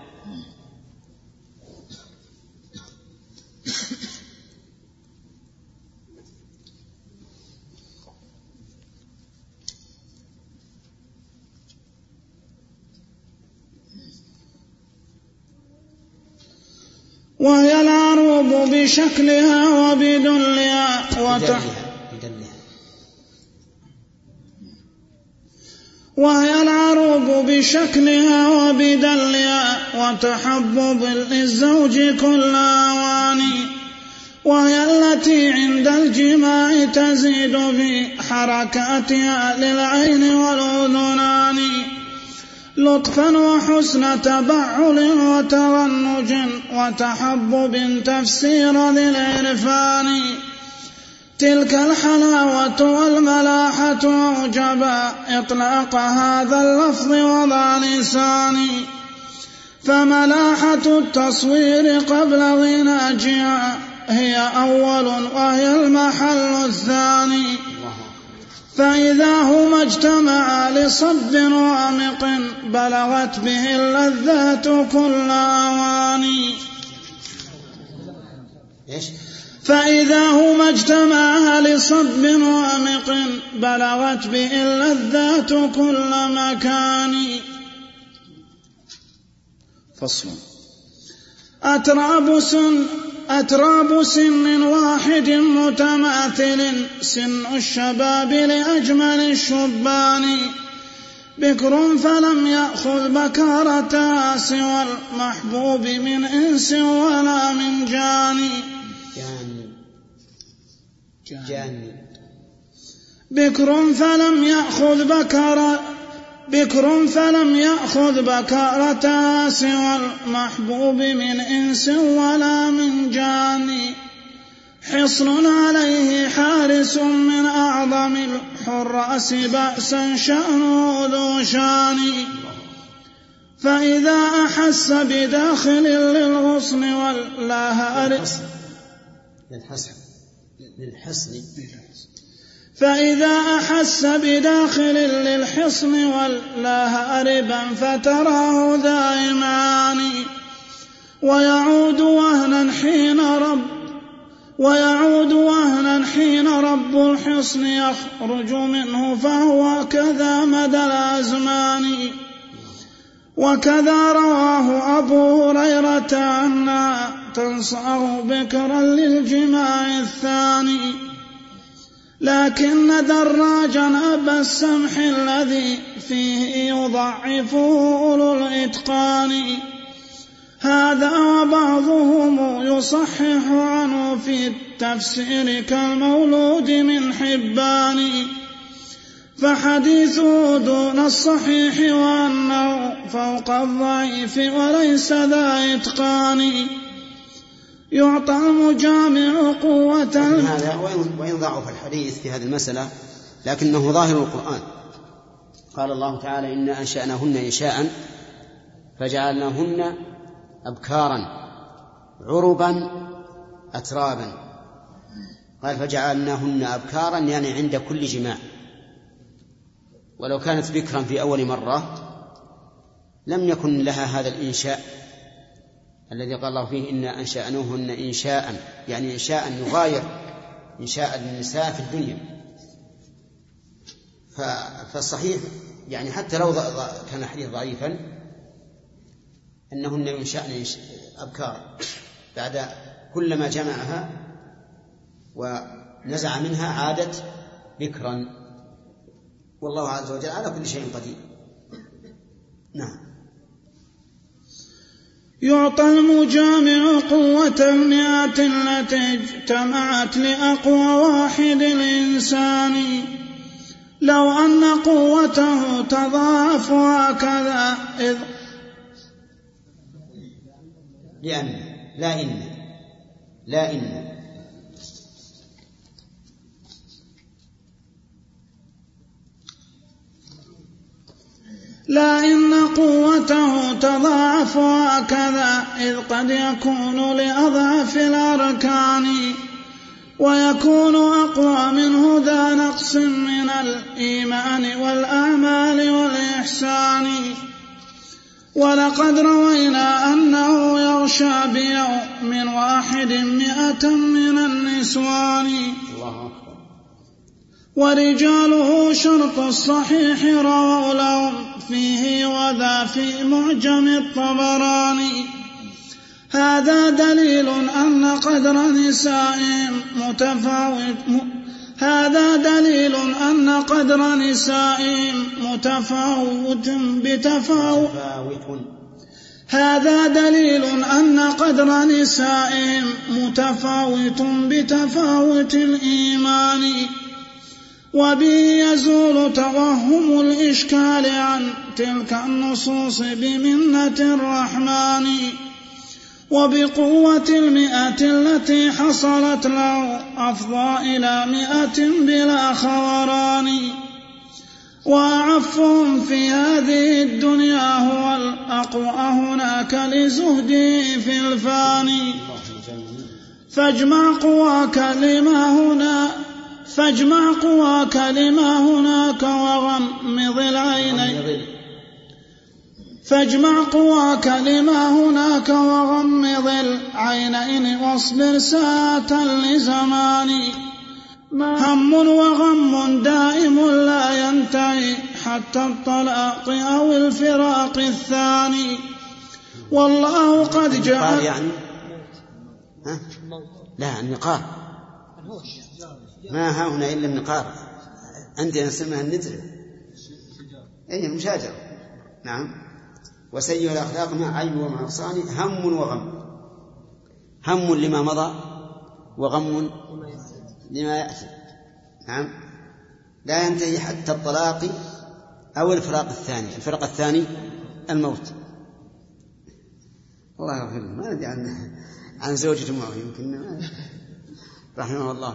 D: وهي العروب بشكلها وبدلها وهي العروب بشكلها وبدلها وتحبب للزوج كل أواني. وهي التي عند الجماع تزيد بحركاتها للعين والأذنان لطفا وحسن تبعل وترنج وتحبب تفسير للعرفان. تلك الحلاوة والملاحة أوجبا إطلاق هذا اللفظ وضع لساني. فملاحة التصوير قبل غناجها هي أول وهي المحل الثاني. فإذا هما اجتمعا لصب وامق بلغت به اللذات كل أواني. فإذا هما اجتمعا لصب وامق بلغت به اللذات كل مكان.
C: فصل.
D: أتراب سن أتراب سن واحد متماثل سن الشباب لأجمل الشبان بكر فلم يأخذ بكارتها سوى المحبوب من إنس ولا من جاني.
A: جاني
D: بكر فلم يأخذ بكارتها بكر فلم يأخذ بكارتها سوى المحبوب من إنس ولا من جاني. حصن عليه حارس من أعظم الحراس بأسا شأنه ذو شان. فإذا أحس بداخل للغصن والله أرس
A: للحصن
D: فإذا أحس بداخل للحصن والله أربا فتراه دائمان. ويعود وهنا حين رب ويعود وهنا حين رب الحصن يخرج منه فهو كذا مدى الأزمان. وكذا رواه أبو هريرة أنها تنصأه بكرا للجماع الثاني. لكن دراجا أبا السمح الذي فيه يضعفه أولو الإتقان. هذا وبعضهم يصحح عنه في التفسير كالمولود من حبان. فحديثه دون الصحيح وأنه فوق الضعيف وليس ذا إتقان. يعطى المجامع قوة.
A: هذا وإن ضعف الحديث في هذه المسألة لكنه ظاهر القرآن. قال الله تعالى إنا أنشأناهن إنشاء فجعلناهن أبكارا عربا أترابا. قال فجعلناهن أبكارا يعني عند كل جماع. ولو كانت بكرا في أول مرة لم يكن لها هذا الإنشاء الذي قال الله فيه إنا أنشأناهن إنشاء يعني إنشاء يغاير إنشاء النساء في الدنيا. فالصحيح يعني حتى لو كان الحديث ضعيفا أنهن ينشأن أبكار بعد كلما جمعها ونزع منها عادت بكرا. والله عز وجل على كل شيء قدير. نعم.
D: يعطى المجامع قوة المئات التي اجتمعت لأقوى واحد الإنسان. لو أن قوته تضاعف هكذا إذ
A: لأن لا إن لا إن
D: لا إن قوته تضاعف هكذا، إذ قد يكون لأضعف الأركان، ويكون أقوى منه ذا نقص من الإيمان والأعمال والإحسان. ولقد روينا أنه يغشى بيوم واحد مئة من النسوان، ورجاله شرط الصحيح رووا لهم فيه وذا في معجم الطبراني. هذا دليل أن قدر نسائهم متفاوت هذا دليل أن قدر نسائهم متفاوت بتفاوت هذا دليل أن قدر نسائهم متفاوت بتفاوت الإيمان، وبه يزول توهم الإشكال عن تلك النصوص بمنة الرحمن، وبقوة المئة التي حصلت له أفضى إلى مئة بلا خوران. وأعفهم في هذه الدنيا هو الأقوى هناك لزهده في الفاني. فاجمع قواك لما هنا فاجمع قواك لما هناك وغمض العينين فاجمع قواك لما هناك وغمض العينين واصبر ساعة لزمان. هم وغم دائم لا ينتهي حتى الطلاق أو الفراق الثاني. والله قد جعل
A: يعني ها؟ لا النقار ما ها هنا إلا النقار، عندنا نسميها النتر، أي المشاجرة. نعم. وسيء الأخلاق مع عيب ومع نقصان هم وغم، هم لما مضى وغم لما يأتي. نعم. لا ينتهي حتى الطلاق أو الفراق الثاني. الفراق الثاني الموت. الله يغفر له، ما ندري عن عن زوجته معه يمكن رحمه الله.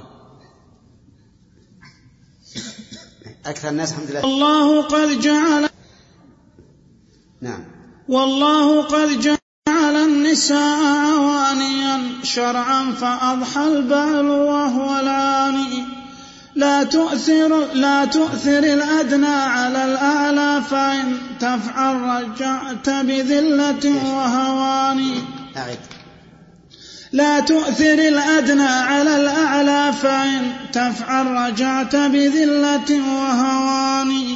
A: أكثر الناس الحمد لله.
D: الله قد جعل
A: نعم.
D: والله قد جعل النساء عوانيا شرعا فأضحى البال وهو العاني. لا تؤثر لا تؤثر الأدنى على الأعلى، فإن تفعل رجعت بذلة وهوان.
A: أعد.
D: لا تؤثر الأدنى على الأعلى، فإن تفعل رجعت بذلة وهوان.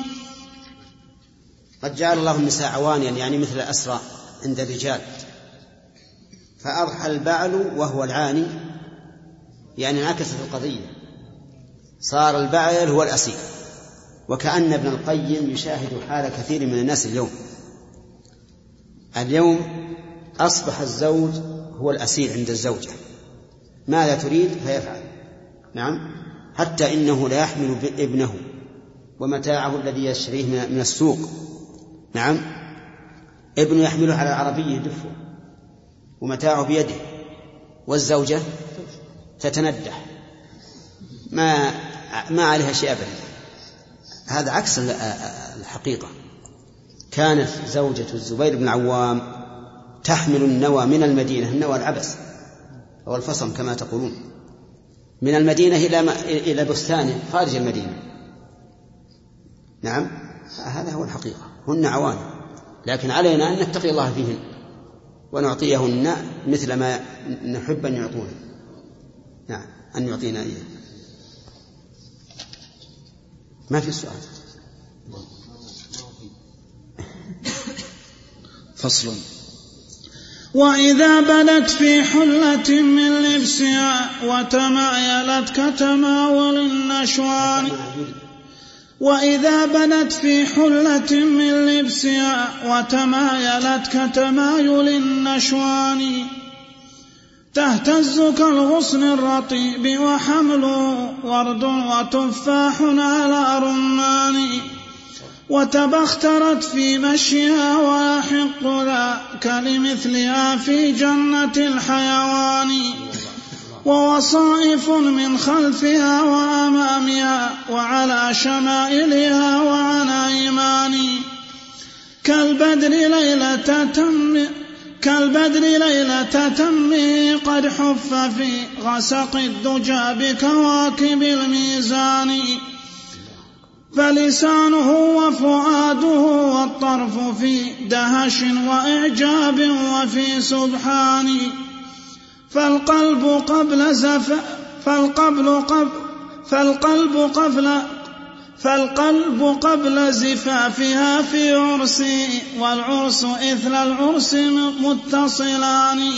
A: قد جعل الله النساء عوانيا يعني مثل الأسرى عند الرجال، فأضحى البعل وهو العاني، يعني انعكست القضية، صار البعل هو الأسير. وكأن ابن القيم يشاهد حال كثير من الناس اليوم. اليوم أصبح الزوج هو الأسير عند الزوجة، ماذا تريد فيفعل. نعم. حتى إنه لا يحمل ابنه ومتاعه الذي يشتريه من السوق. نعم. ابنه يحمله على العربية يدفه ومتاعه بيده، والزوجة تتندح ما ما عليها شيء أبدا. هذا عكس الحقيقة. كانت زوجة الزبير بن العوام تحمل النوى من المدينة، النوى العبس أو الفصم كما تقولون، من المدينة إلى إلى بستانه خارج المدينة. نعم. هذا هو الحقيقة. هن عوان، لكن علينا أن نتقي الله فيهن ونعطيهن مثل ما نحب أن يعطونا. نعم. أن يعطينا إياه. ما في سؤال.
C: فصل.
D: وإذا بدت في حلة من لبسها وتمايلت كتماول النشوان وإذا بدت في حلة من لبسها وتمايلت كتمايل النشوان تهتز كالغصن الرطيب وحمله ورد وتفاح على رمان وتبخترت في مشيها ويحق ذاك لمثلها في جنة الحيوان ووصائف من خلفها وأمامها وعلى شمائلها وعن أيمان كالبدر ليلة تم كالبدر ليلة تمه قد حف في غسق الدجى بكواكب الميزان فلسانه وفؤاده والطرف في دهش وإعجاب وفي سبحان فالقلب قبل زف فالقلب قبل فالقلب قبل فالقلب قبل زفافها في عرسي والعرس إثل العرس متصلان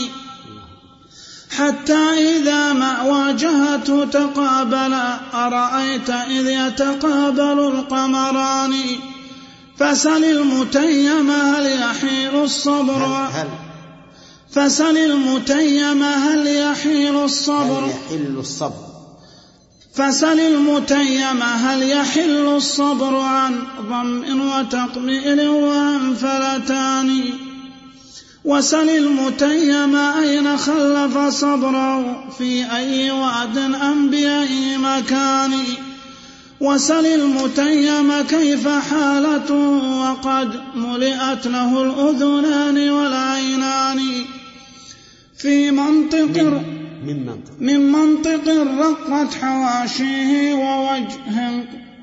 D: حتى إذا ما واجهته تقابلا أرأيت إذ يتقابل القمران فسل المتيم هل يحيل الصبر فسل المتيم هل يحيل الصبر
A: هل يحل الصبر
D: فسل المتيم هل يحل الصبر عن ضم وتقبيل وعن فلتان وسل المتيم أين خلف صبره في أي وعد أم بأي مكان وسل المتيم كيف حالته وقد ملئت له الأذنان والعينان في منطق
A: من منطق
D: من منطق رقت حواشيه ووجه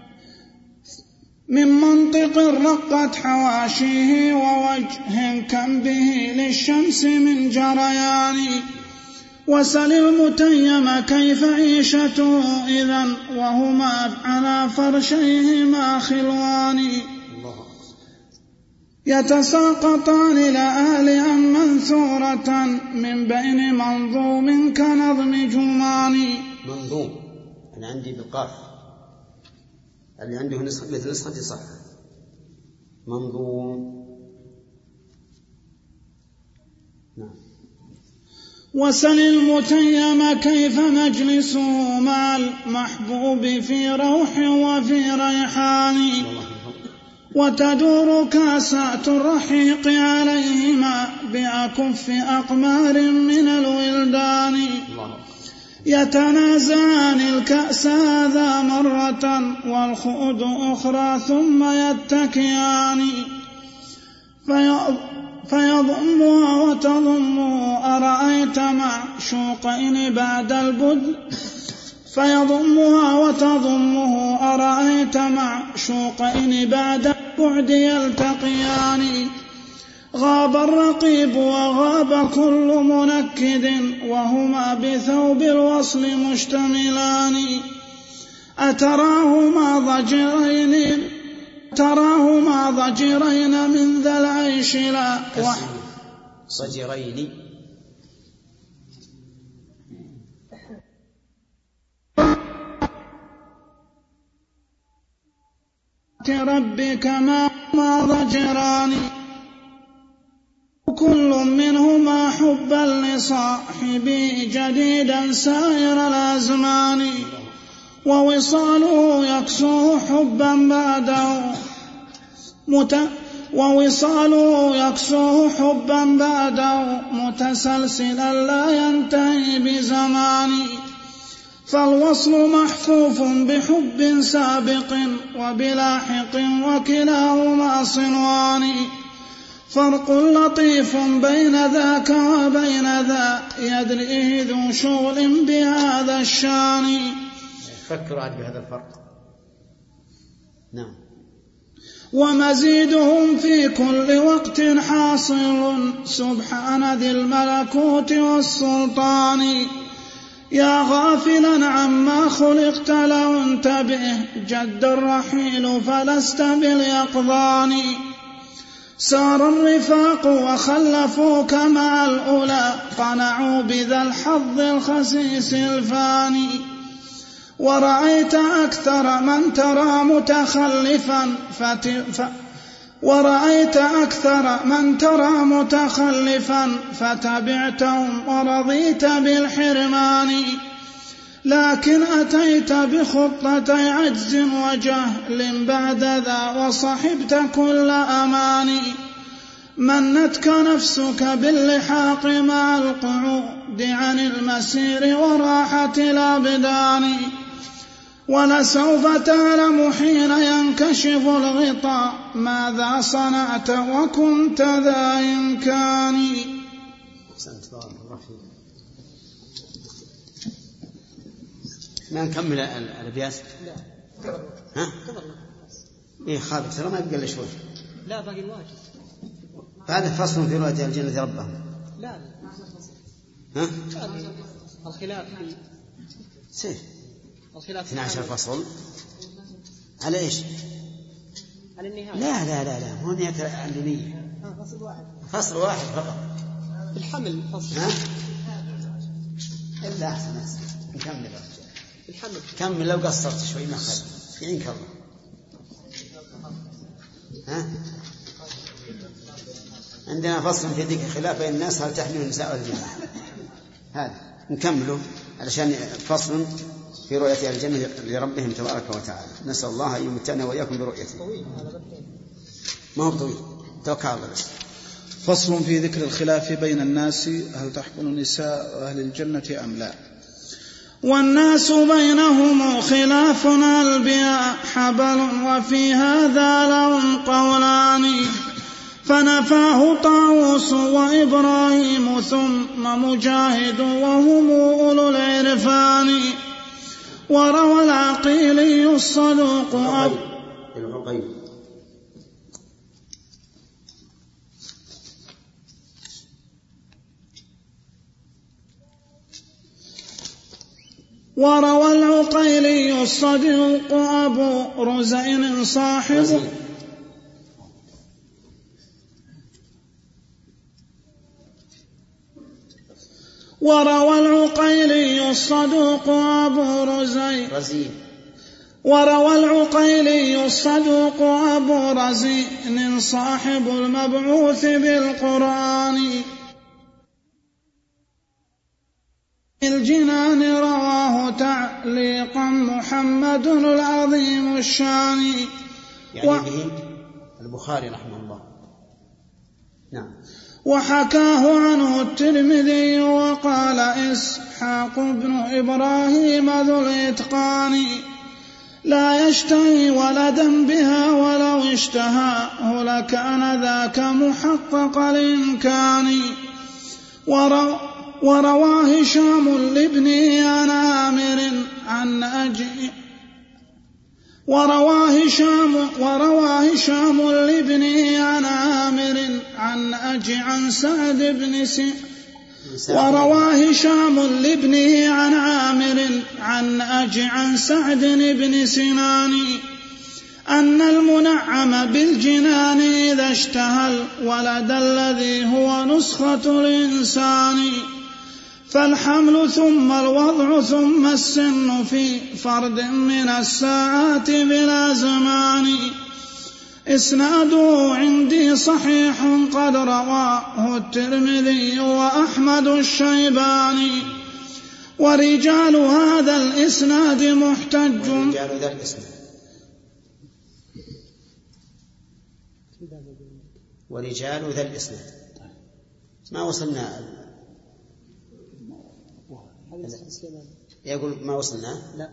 D: من منطق رقت حواشيه ووجه كم به للشمس من جريان وسل المتيم كيف عيشته إذن وهما على فرشيهما خلوان يتساقطان لآلئا منثورة من بين منظوم كنظم جمان
A: منظوم أنا عندي بالقاف اللي عنده نسخة مثل نسختي صح منظوم نعم
D: وسل المتيم كيف مجلسه مع المحبوب في روح وفي ريحان وتدور كاسات الرحيق عليهما بأكف أقمار من الولدان يتنازعان الكأس هذا مرة والخؤد أخرى ثم يتكيان فيضمها وتضمه أرأيت معشوقين بعد البدء فيضمها وتضمه أرأيت معشوقين بعد البعد يلتقيان غاب الرقيب وغاب كل منكد وهما بثوب الوصل مشتملان أتراهما ضجرين تراهما ضجرين من ذا العيش لا
A: ضجرين
D: ربك ما ضجران كل منهما حبا لصاحبه جديدا سائر الأزمان ووصاله يكسوه حبا بعده مت ووصاله يكسوه حبا بعده متسلسلا لا ينتهي بزمان فالوصل محفوف بحب سابق وبلاحق وكلاهما صنوان فرق لطيف بين ذاك وبين ذا يدريه ذو شغل بهذا الشان
A: فكروا عاد بهذا الفرق نعم
D: ومزيدهم في كل وقت حاصل سبحان ذي الملكوت والسلطان يا غافلا عما خلقت لو انتبه جد الرحيل فلست باليقظان سار الرفاق وخلفوك مع الأولى قنعوا بذا الحظ الخسيس الفاني ورأيت أكثر من ترى متخلفا فت... ف... ورأيت أكثر من ترى متخلفا فتبعتهم ورضيت بالحرمان لكن أتيت بخطتي عجز وجهل بعد ذا وصحبت كل أماني منتك نفسك باللحاق مع القعود عن المسير وراحة الأبدان ولسوف تعلم حين ينكشف الغطاء ماذا صنعت وكنت ذا إمكان.
A: ما نكمل الأبيات؟
E: لا.
A: ها؟ إيه خالد ترى ما يبقى شوي.
E: لا باقي الواجب.
A: هذا فصل في رؤية الجنة ربهم.
E: لا.
A: ها؟
E: الخلاف في.
A: سيف.
E: الخلاف.
A: اثنا عشر فصل. على إيش؟
E: على النهاية.
A: لا لا لا لا مو نهاية النية.
E: فصل واحد.
A: فصل واحد فقط.
E: الحمل فصل.
A: ها؟ إلا أحسن أحسن. نكمل.
E: الحمل.
A: كمل لو قصرت شوي ما خلي. يعينك الله. ها؟ عندنا فصل في ذكر خلاف بين الناس هل تحمل النساء والرجال. هذا نكمله علشان فصل في رؤية أهل الجنة لربهم تبارك وتعالى. نسأل الله أن يمتعنا وإياكم برؤيته. ما هو طويل توكل على الله.
D: فصل في ذكر الخلاف بين الناس هل تحمل النساء أهل الجنة أم لا. والناس بينهم خلاف الأنبياء حبل وفي هذا لهم قولان فنفاه طاووس وإبراهيم ثم مجاهد وهم أولو العرفان. وروى العقيلي الصدوق
A: العقيل
D: وروى العقيلي الصدوق أبو رزين صاحب وروى العقيلي الصدوق أبو رزين وروى العقيلي الصدوق أبو رزين صاحب المبعوث بالقرآن الجنان رواه تعليقا محمد العظيم الشان.
A: يعني و... به البخاري رحمه الله. نعم.
D: وحكاه عنه الترمذي وقال إسحاق بن إبراهيم ذو الإتقان لا يشتهي ولدا بها ولو اشتهاه لكان ذاك محقق الإمكان. ورو وروى هشام لابن عن عامر عن أجي وروى هشام وروى هشام لابن عن عامر عن أجي عن سعد بن س وروى هشام لابن عن عامر عن أجي عن سعد بن سنان أن المنعم بالجنان إذا اشتهى الولد الذي هو نسخة الإنسان فالحمل ثم الوضع ثم السن في فرد من الساعات بلا زمان. إسناده عندي صحيح قد رواه الترمذي وأحمد الشيباني ورجال هذا الإسناد محتج
A: ورجال ذا الإسناد ورجال ذا الإسناد ما وصلنا يقول ما وصلنا
E: لا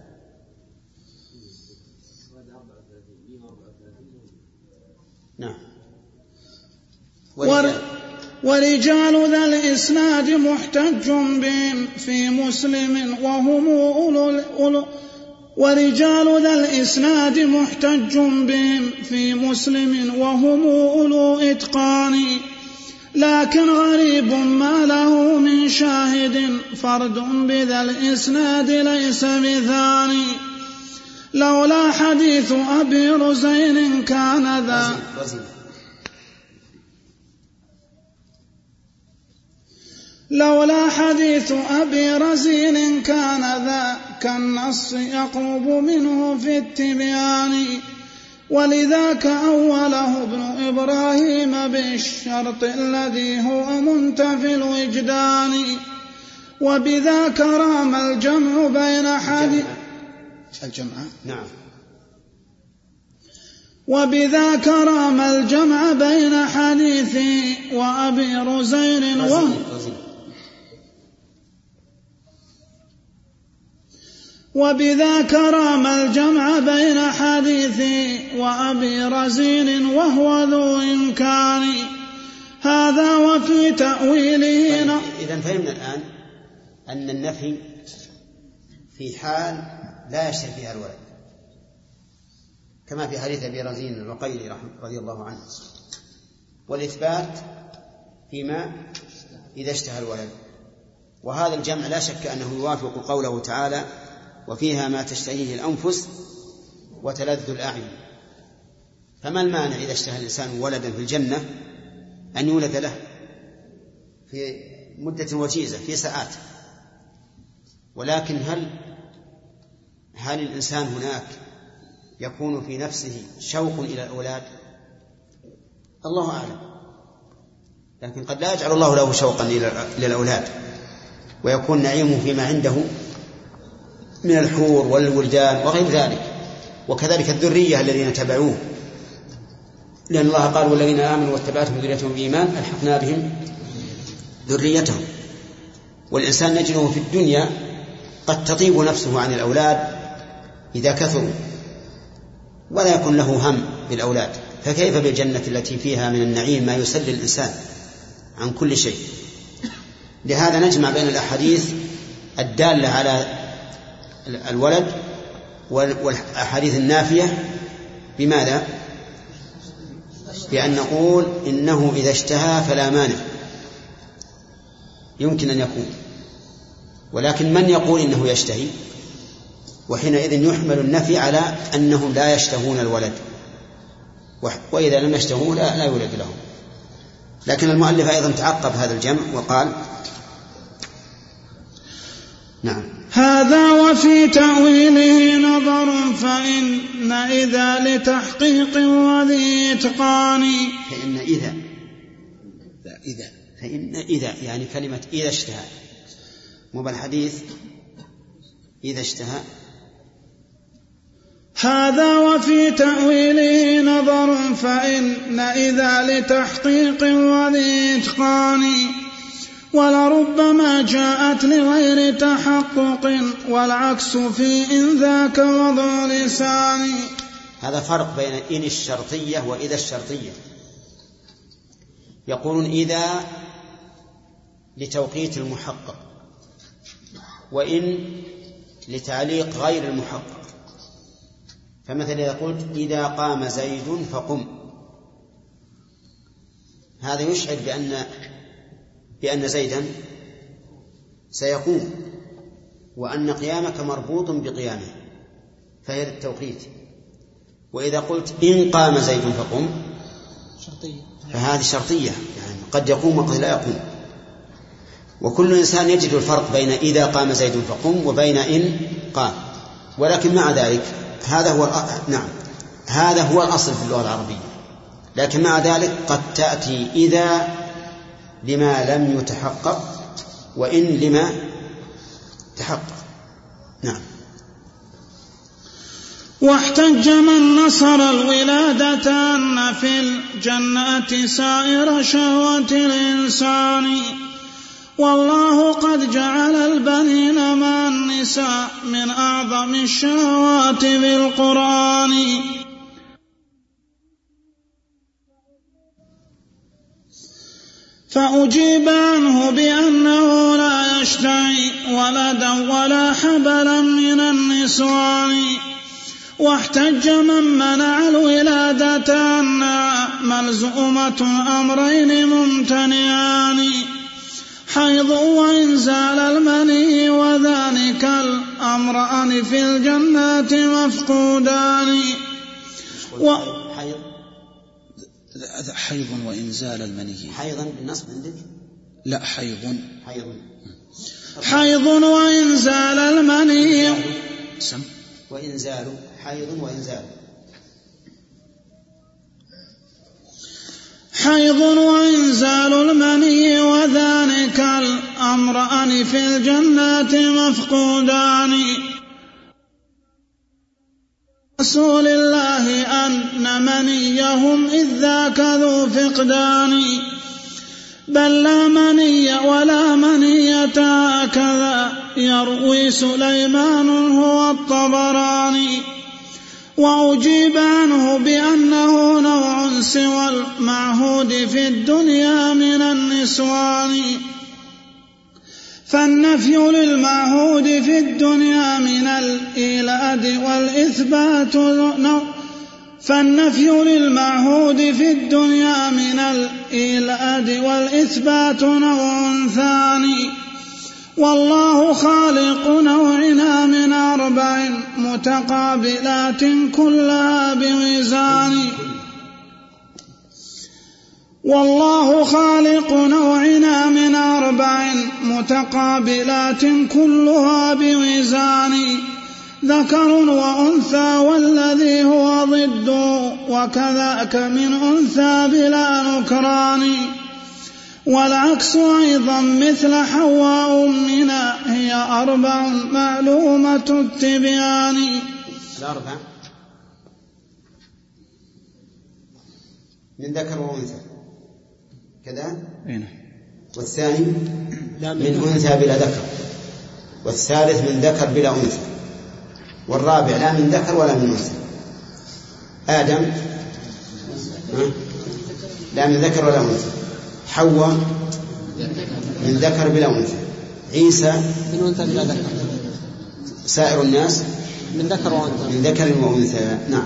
A: نعم.
D: ورجال, ورجال ذا الإسناد محتج بهم في مسلم وهم أولو ورجال ذا الإسناد محتج بهم في مسلم وهم أولو إتقان لكن غريب ما له من شاهد فرد بذا الإسناد ليس بثاني لولا حديث أبي رزين كان ذا لولا حديث أبي رزين كان ذا كالنص يقرب منه في التبيان ولذاك أوله ابن إبراهيم بالشرط الذي هو منتفي الوجدان وبذاك رام الجمع بين حديث
A: الجمع نعم
D: وبذاك رام الجمع بين حديثي وأبي رزين وبذاك رام الجمع بين حديثي وأبي رزين وهو ذو إمكان هذا وفي تأويله.
A: طيب إذن فهمنا الآن أن النفي في حال لا يشتهي فيها الولد، كما في حديث أبي رزين العقيلي رضي الله عنه، والإثبات فيما إذا اشتهى الولد. وهذا الجمع لا شك أنه يوافق قوله تعالى وفيها ما تشتهيه الأنفس وتلذ الأعين. فما المانع إذا اشتهى الإنسان ولدا في الجنة أن يولد له في مدة وجيزة في ساعات؟ ولكن هل هل الإنسان هناك يكون في نفسه شوق إلى الأولاد؟ الله أعلم، لكن قد لا يجعل الله له شوقا إلى الأولاد، ويكون نعيمه فيما عنده من الحور والولدان وغير ذلك، وكذلك الذرية الذين تبعوه، لأن الله قال والذين آمنوا واتبعتهم ذريتهم بإيمان ألحقنا بهم ذريتهم. والإنسان نجده في الدنيا قد تطيب نفسه عن الأولاد إذا كثروا ولا يكون له هم بالأولاد، فكيف بالجنة التي فيها من النعيم ما يسلي الإنسان عن كل شيء؟ لهذا نجمع بين الأحاديث الدالة على الولد والأحاديث النافية. بماذا؟ بأن نقول إنه إذا اشتهى فلا مانع، يمكن أن يكون، ولكن من يقول إنه يشتهي؟ وحينئذ يحمل النفي على أنهم لا يشتهون الولد، وإذا لم يشتهوه لا, لا يولد لهم. لكن المؤلف أيضا تعقب هذا الجمع وقال نعم
D: هذا وفي تأويله نظر فإن إذا لتحقيق وذي إتقان.
A: فإن إذا
C: إذا
A: فإن إذا يعني كلمة إذا اشتهى، مو بالحديث إذا اشتهى.
D: هذا وفي تأويله نظر فإن إذا لتحقيق وذي إتقان ولربما جاءت لغير تحقق والعكس في إن ذاك وضع لسان.
A: هذا فرق بين إن الشرطية وإذا الشرطية. يقولون إذا لتوقيت المحقق، وإن لتعليق غير المحقق. فمثلا إذا قلت إذا قام زيد فقم، هذا يشعر بأن بأن زيدا سيقوم، وأن قيامك مربوط بقيامه، فهي التوقيت. وإذا قلت إن قام زيد فقم فهذه شرطية، يعني قد يقوم وقد لا يقوم. وكل إنسان يجد الفرق بين إذا قام زيد فقم وبين إن قام، ولكن مع ذلك هذا هو نعم هذا هو الأصل في اللغة العربية. لكن مع ذلك قد تأتي إذا لما لم يتحقق وإن لما تحقق. نعم.
D: واحتج من نصر الولادة أن في الجنة سائر شهوة الإنسان والله قد جعل البنين مع النساء من أعظم الشهوات بالقرآن. فأجيب عنه بأنه لا يشتهي ولدا ولا حبلا من النسوان. واحتج من منع الولادة أنها ملزومة أمرين ممتنعان حيض وإنزال المني وذلك الأمران في الجنات مفقودان.
A: و... حيض
C: حيض وإنزال المني.
A: حيضا بالنصب عندك؟
C: لا حيض
A: حيض
D: حيض وإنزال المني
A: سم وإنزال حيض وإنزال
D: حيض وإنزال المني وذلك الأمران في الجنات مفقودان. رسول الله أن منيهم إذ ذاك ذو فقدان بل لا مني ولا منية هكذا يروي سليمان هو الطبراني. وأجيب عنه بأنه نوع سوى المعهود في الدنيا من النسوان. فالنفي للمعهود في الدنيا من الإيلاد والإثبات نوع فالنفي للمعهود في الدنيا من الإيلاد والإثبات نوع ثاني. والله خالق نوعنا من أربع متقابلات كلها بميزان. والله خالق نوعنا من أربع متقابلات كلها بميزان. ذكر وأنثى والذي هو ضده، وكذاك من أنثى بلا نكران. والعكس أيضا مثل حواء أمنا هي أربع معلومة التبيان.
A: الأربع من ذكر وأنثى كذا. والثاني من أنثى بلا ذكر، والثالث من ذكر بلا أنثى، والرابع لا من ذكر ولا من أنثى. آدم لا من ذكر ولا أنثى، حواء من ذكر بلا أنثى، عيسى
E: من أنثى بلا ذكر،
A: سائر الناس
E: من ذكر وأنثى
A: من ذكر وأنثى. نعم.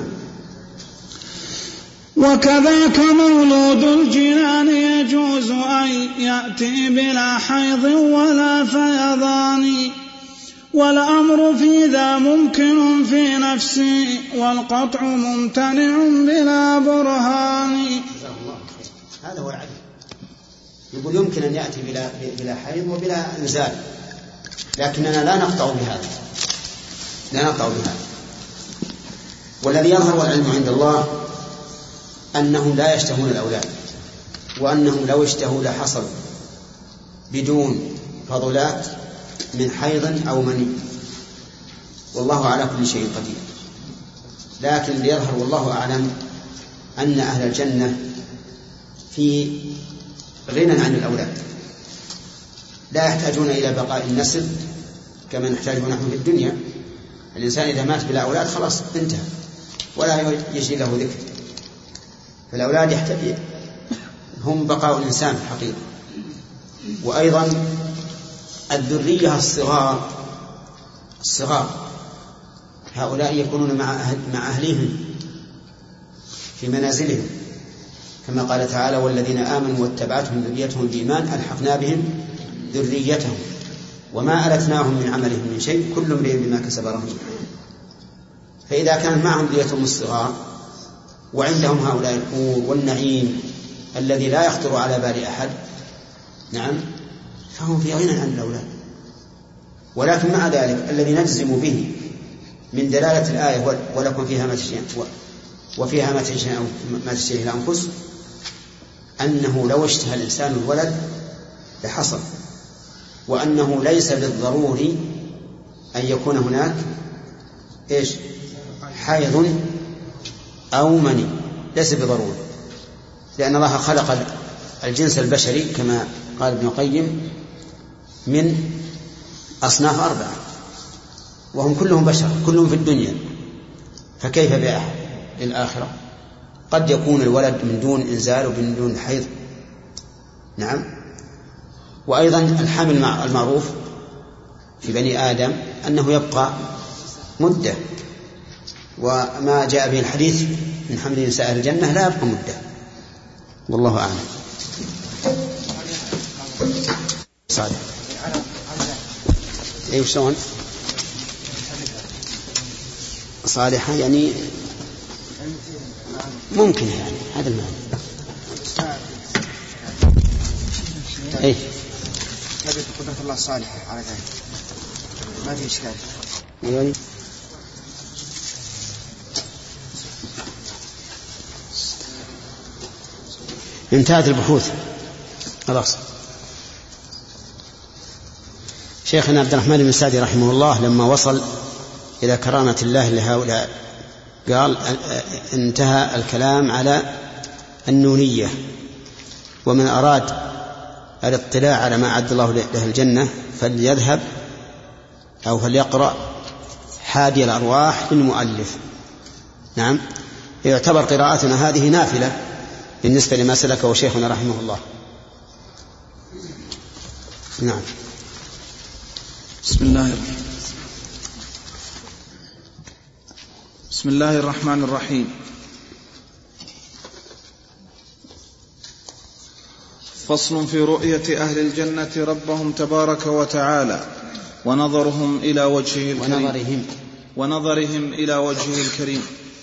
D: وكذاك مولود الجنان يجوز أن يأتي بلا حيض ولا فيضان. والأمر في ذا ممكن في نفسي، والقطع ممتنع بلا برهان.
A: هذا هو العدل. يقول يمكن أن يأتي بلا, بلا حيض وبلا إنزال، لكننا لا نقطع بهذا لا نقطع بهذا. والذي يظهر والعلم عند الله أنهم لا يشتهون الأولاد، وأنهم لو اشتهوا لحصلوا بدون فضلات من حيض أو مني، والله على كل شيء قدير. لكن ليظهر والله أعلم أن أهل الجنة في غنى عن الأولاد، لا يحتاجون إلى بقاء النسل كما نحتاج نحن في الدنيا. الإنسان إذا مات بلا أولاد خلاص انتهى ولا يجري له ذكر. فالأولاد يحتاج هم بقاء الإنسان في الحقيقة. وأيضا الذرية الصغار الصغار هؤلاء يكونون مع أهل مع أهلهم في منازلهم، كما قال تعالى: والذين آمنوا واتبعتهم ذريتهم بإيمان ألحقنا بهم ذريتهم وما ألتناهم من عملهم من شيء كل امرئ بما كسب رهين. فإذا كان معهم ذريتهم الصغار وعندهم هؤلاء الحور والنعيم الذي لا يخطر على بال أحد، نعم، فهم في غنى عن الأولاد. ولكن مع ذلك الذي نجزم به من دلالة الآية ولكم فيها ما تشتهي وفيها ما تشتهي الأنفس أنه لو اشتهى الإنسان الولد لحصل، وأنه ليس بالضروري أن يكون هناك إيش حيض أو مني، ليس بضروري، لأن الله خلق الجنس البشري كما قال ابن القيم من أصناف أربعة، وهم كلهم بشر، كلهم في الدنيا، فكيف بأحد للآخرة؟ قد يكون الولد من دون إنزال ومن دون حيض. نعم. وأيضا الحمل المعروف في بني آدم أنه يبقى مدة، وما جاء به الحديث من حمل نساء الجنة لا يبقى مدة، والله أعلم. صالح أي وشون صالحة يعني ممكن يعني هذا المعنى. ايه
F: هذه قدرة الله صالحة على ذلك ما في إشكال
A: يعني. انتهت البحوث خلاص. شيخنا عبد الرحمن بن سعدي رحمه الله لما وصل إلى كرامة الله لهؤلاء قال انتهى الكلام على النونية، ومن أراد الاطلاع على ما أعد الله له الجنة فليذهب أو فليقرأ حادي الأرواح للمؤلف. نعم، يعتبر قراءتنا هذه نافلة بالنسبة لما سلكه شيخنا رحمه الله. نعم.
D: بسم الله بسم الله الرحمن الرحيم. فصل في رؤية أهل الجنة ربهم تبارك وتعالى ونظرهم إلى وجهه الكريم
A: ونظرهم,
D: ونظرهم إلى وجهه الكريم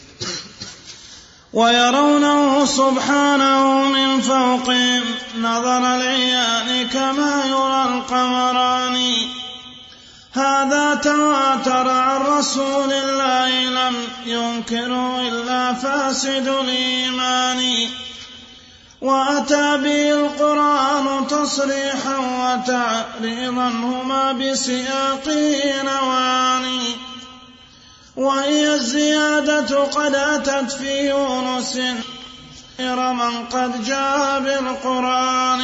G: ويرونه سبحانه من فوقهم نظر العيان كما يرى القمران. هذا تواتر عن رسول الله لم ينكره إلا فاسد الإيمان. وأتى به القرآن تصريحا وتعريضا هما بسياقه نوعان. وهي الزيادة قد أتت في يونس غير من قد جاء بالقرآن.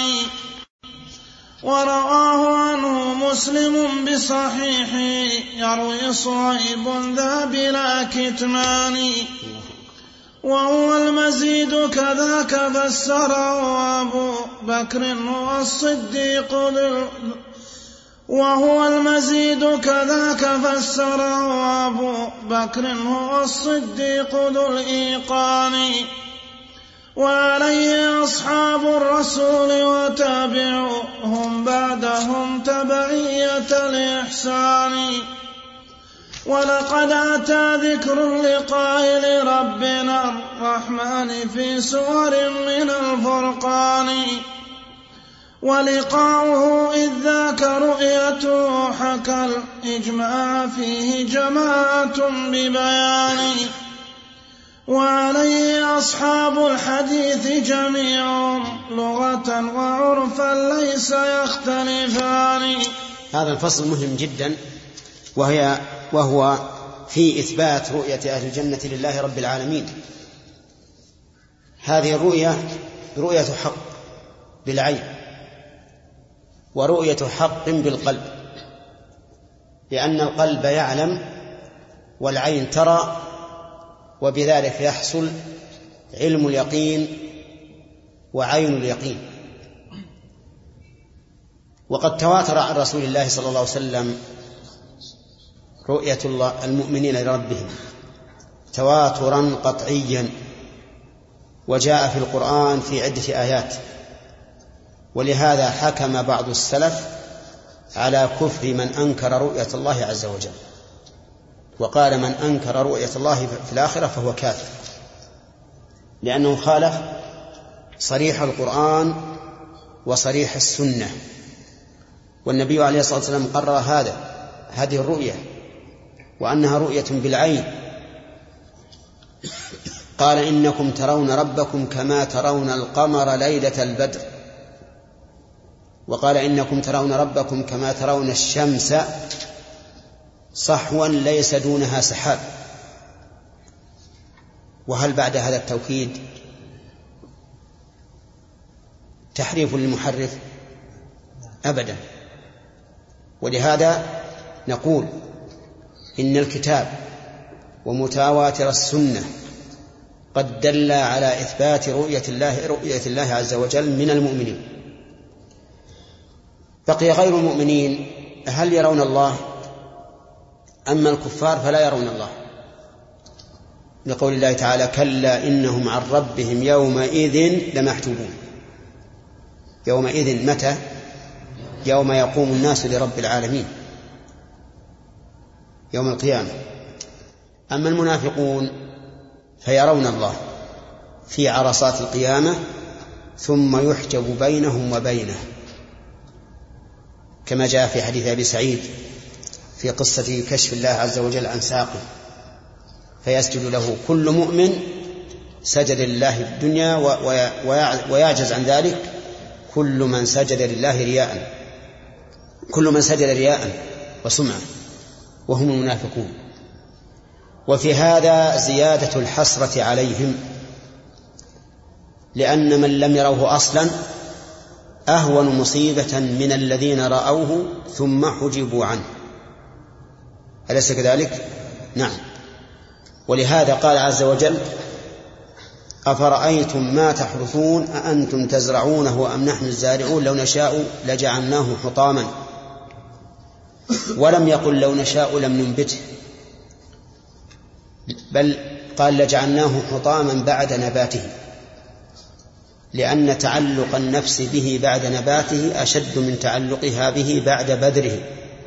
G: ورواه عنه مسلم بصحيحه يروي صهيب ذا بلا كتمان. وهو المزيد كذاك فسره أبو بكر والصديق وهو المزيد كذاك فسره أبو بكر هو الصديق ذو الإيقان. وعليه أصحاب الرسول وتابعوهم بعدهم تبعية الإحسان. ولقد أتى ذكر اللقاء لربنا الرحمن في سور من الفرقان. ولقاؤه إذ ذاك رؤيته حكى الإجماع فيه جماعة ببيان. وعليه أصحاب الحديث جميعهم لغة وعرفا ليس يختلفان.
A: هذا الفصل مهم جدا، وهي وهو في إثبات رؤية أهل الجنة لله رب العالمين. هذه الرؤية رؤية حق بالعين، ورؤية حق بالقلب، لأن القلب يعلم والعين ترى، وبذلك يحصل علم اليقين وعين اليقين. وقد تواتر عن رسول الله صلى الله عليه وسلم رؤية الله المؤمنين لربهم تواترا قطعيا، وجاء في القرآن في عدة آيات. ولهذا حكم بعض السلف على كفر من أنكر رؤية الله عز وجل، وقال من أنكر رؤية الله في الآخرة فهو كافر، لأنه خالف صريح القرآن وصريح السنة. والنبي عليه الصلاة والسلام قرر هذا هذه الرؤية وأنها رؤية بالعين. قال إنكم ترون ربكم كما ترون القمر ليلة البدر، وقال إنكم ترون ربكم كما ترون الشمس صحوا ليس دونها سحاب. وهل بعد هذا التوكيد تحريف للمحرف؟ أبدا. ولهذا نقول إن الكتاب ومتواتر السنة قد دل على إثبات رؤية الله رؤية الله عز وجل من المؤمنين. بقي غير المؤمنين هل يرون الله؟ أما الكفار فلا يرون الله، لقول الله تعالى كلا إنهم عن ربهم يومئذ لمحجوبون. يومئذ متى؟ يوم يقوم الناس لرب العالمين، يوم القيامة. أما المنافقون فيرون الله في عرصات القيامة ثم يحجب بينهم وبينه، كما جاء في حديث أبي سعيد في قصة كشف الله عز وجل عن ساقه، فيسجد له كل مؤمن سجد لله في الدنيا ويعجز عن ذلك كل من سجد لله رياء كل من سجد رياء وسمعة، وهم المنافقون. وفي هذا زيادة الحسرة عليهم، لأن من لم يروه أصلا أهون مصيبة من الذين رأوه ثم حجبوا عنه. أليس كذلك؟ نعم. ولهذا قال عز وجل أفرأيتم ما تحرثون أأنتم تزرعونه أم نحن الزارعون لو نشاء لجعلناه حطاما ولم يقل لو نشاء لم ننبته بل قال لجعلناه حطاما بعد نباته لأن تعلق النفس به بعد نباته أشد من تعلقها به بعد بذره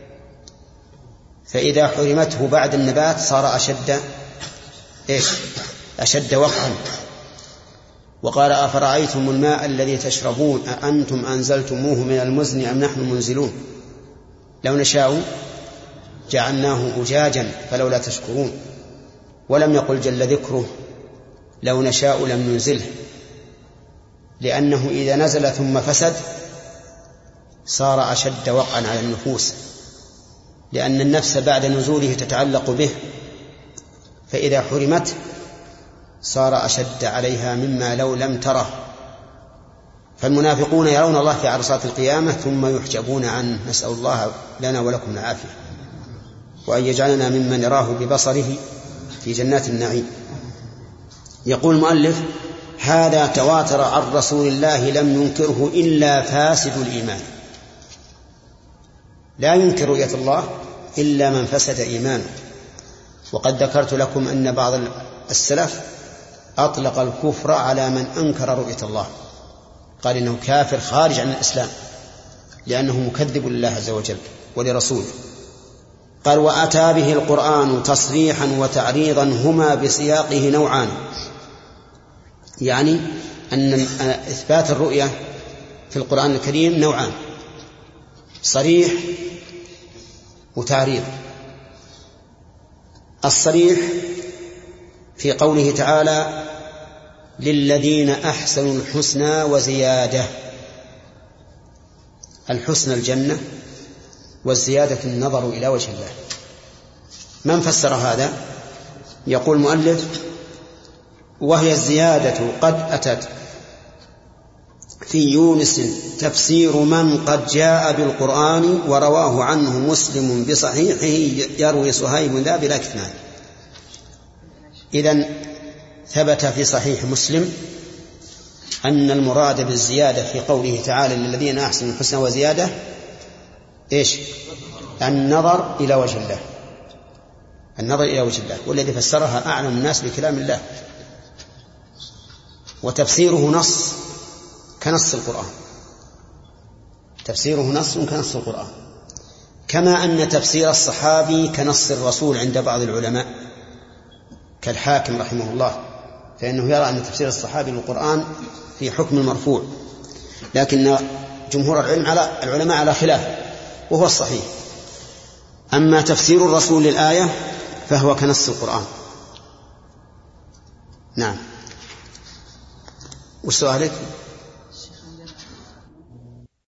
A: فإذا حرمته بعد النبات صار أشد إيش؟ أشد وقعا. وقال أفرأيتم الماء الذي تشربون أأنتم أنزلتموه من المزن أم نحن منزلون لو نشاء جعلناه أجاجا فلولا تشكرون ولم يقل جل ذكره لو نشاء لم ننزله لأنه إذا نزل ثم فسد صار أشد وقعا على النفوس لأن النفس بعد نزوله تتعلق به فإذا حرمت صار أشد عليها مما لو لم تره. فالمنافقون يرون الله في عرصات القيامة ثم يحجبون عنه نسأل الله لنا ولكم العافية وأن يجعلنا ممن يراه ببصره في جنات النعيم. يقول المؤلف هذا تواتر عن رسول الله لم ينكره إلا فاسد الإيمان. لا ينكر رؤية الله إلا من فسد إيمانه. وقد ذكرت لكم أن بعض السلف أطلق الكفر على من أنكر رؤية الله قال إنه كافر خارج عن الإسلام لأنه مكذب لله عز وجل ولرسوله. قال وأتى به القرآن تصريحا وتعريضا هما بسياقه نوعان يعني أن إثبات الرؤية في القرآن الكريم نوعان صريح وتعريض. الصريح في قوله تعالى للذين أحسنوا الحسنى وزيادة الحسنى الجنة والزيادة النظر إلى وجه الله. من فسر هذا؟ يقول المؤلف وهي الزيادة قد أتت في يونس تفسير من قد جاء بالقرآن ورواه عنه مسلم بصحيحه يروي صهيب ذا بلا كتمان. إذن ثبت في صحيح مسلم أن المراد بالزيادة في قوله تعالى للذين أحسنوا الحسنى وزيادة إيش؟ النظر إلى وجه الله النظر إلى وجه الله والذي فسرها أعلم الناس بكلام الله وتفسيره نص كنص القرآن تفسيره نص كنص القرآن كما أن تفسير الصحابي كنص الرسول عند بعض العلماء كالحاكم رحمه الله فإنه يرى أن تفسير الصحابي للقرآن في حكم المرفوع لكن جمهور العلم على العلماء على خلاف وهو الصحيح. أما تفسير الرسول للآية فهو كنص القرآن. نعم. وسؤالك؟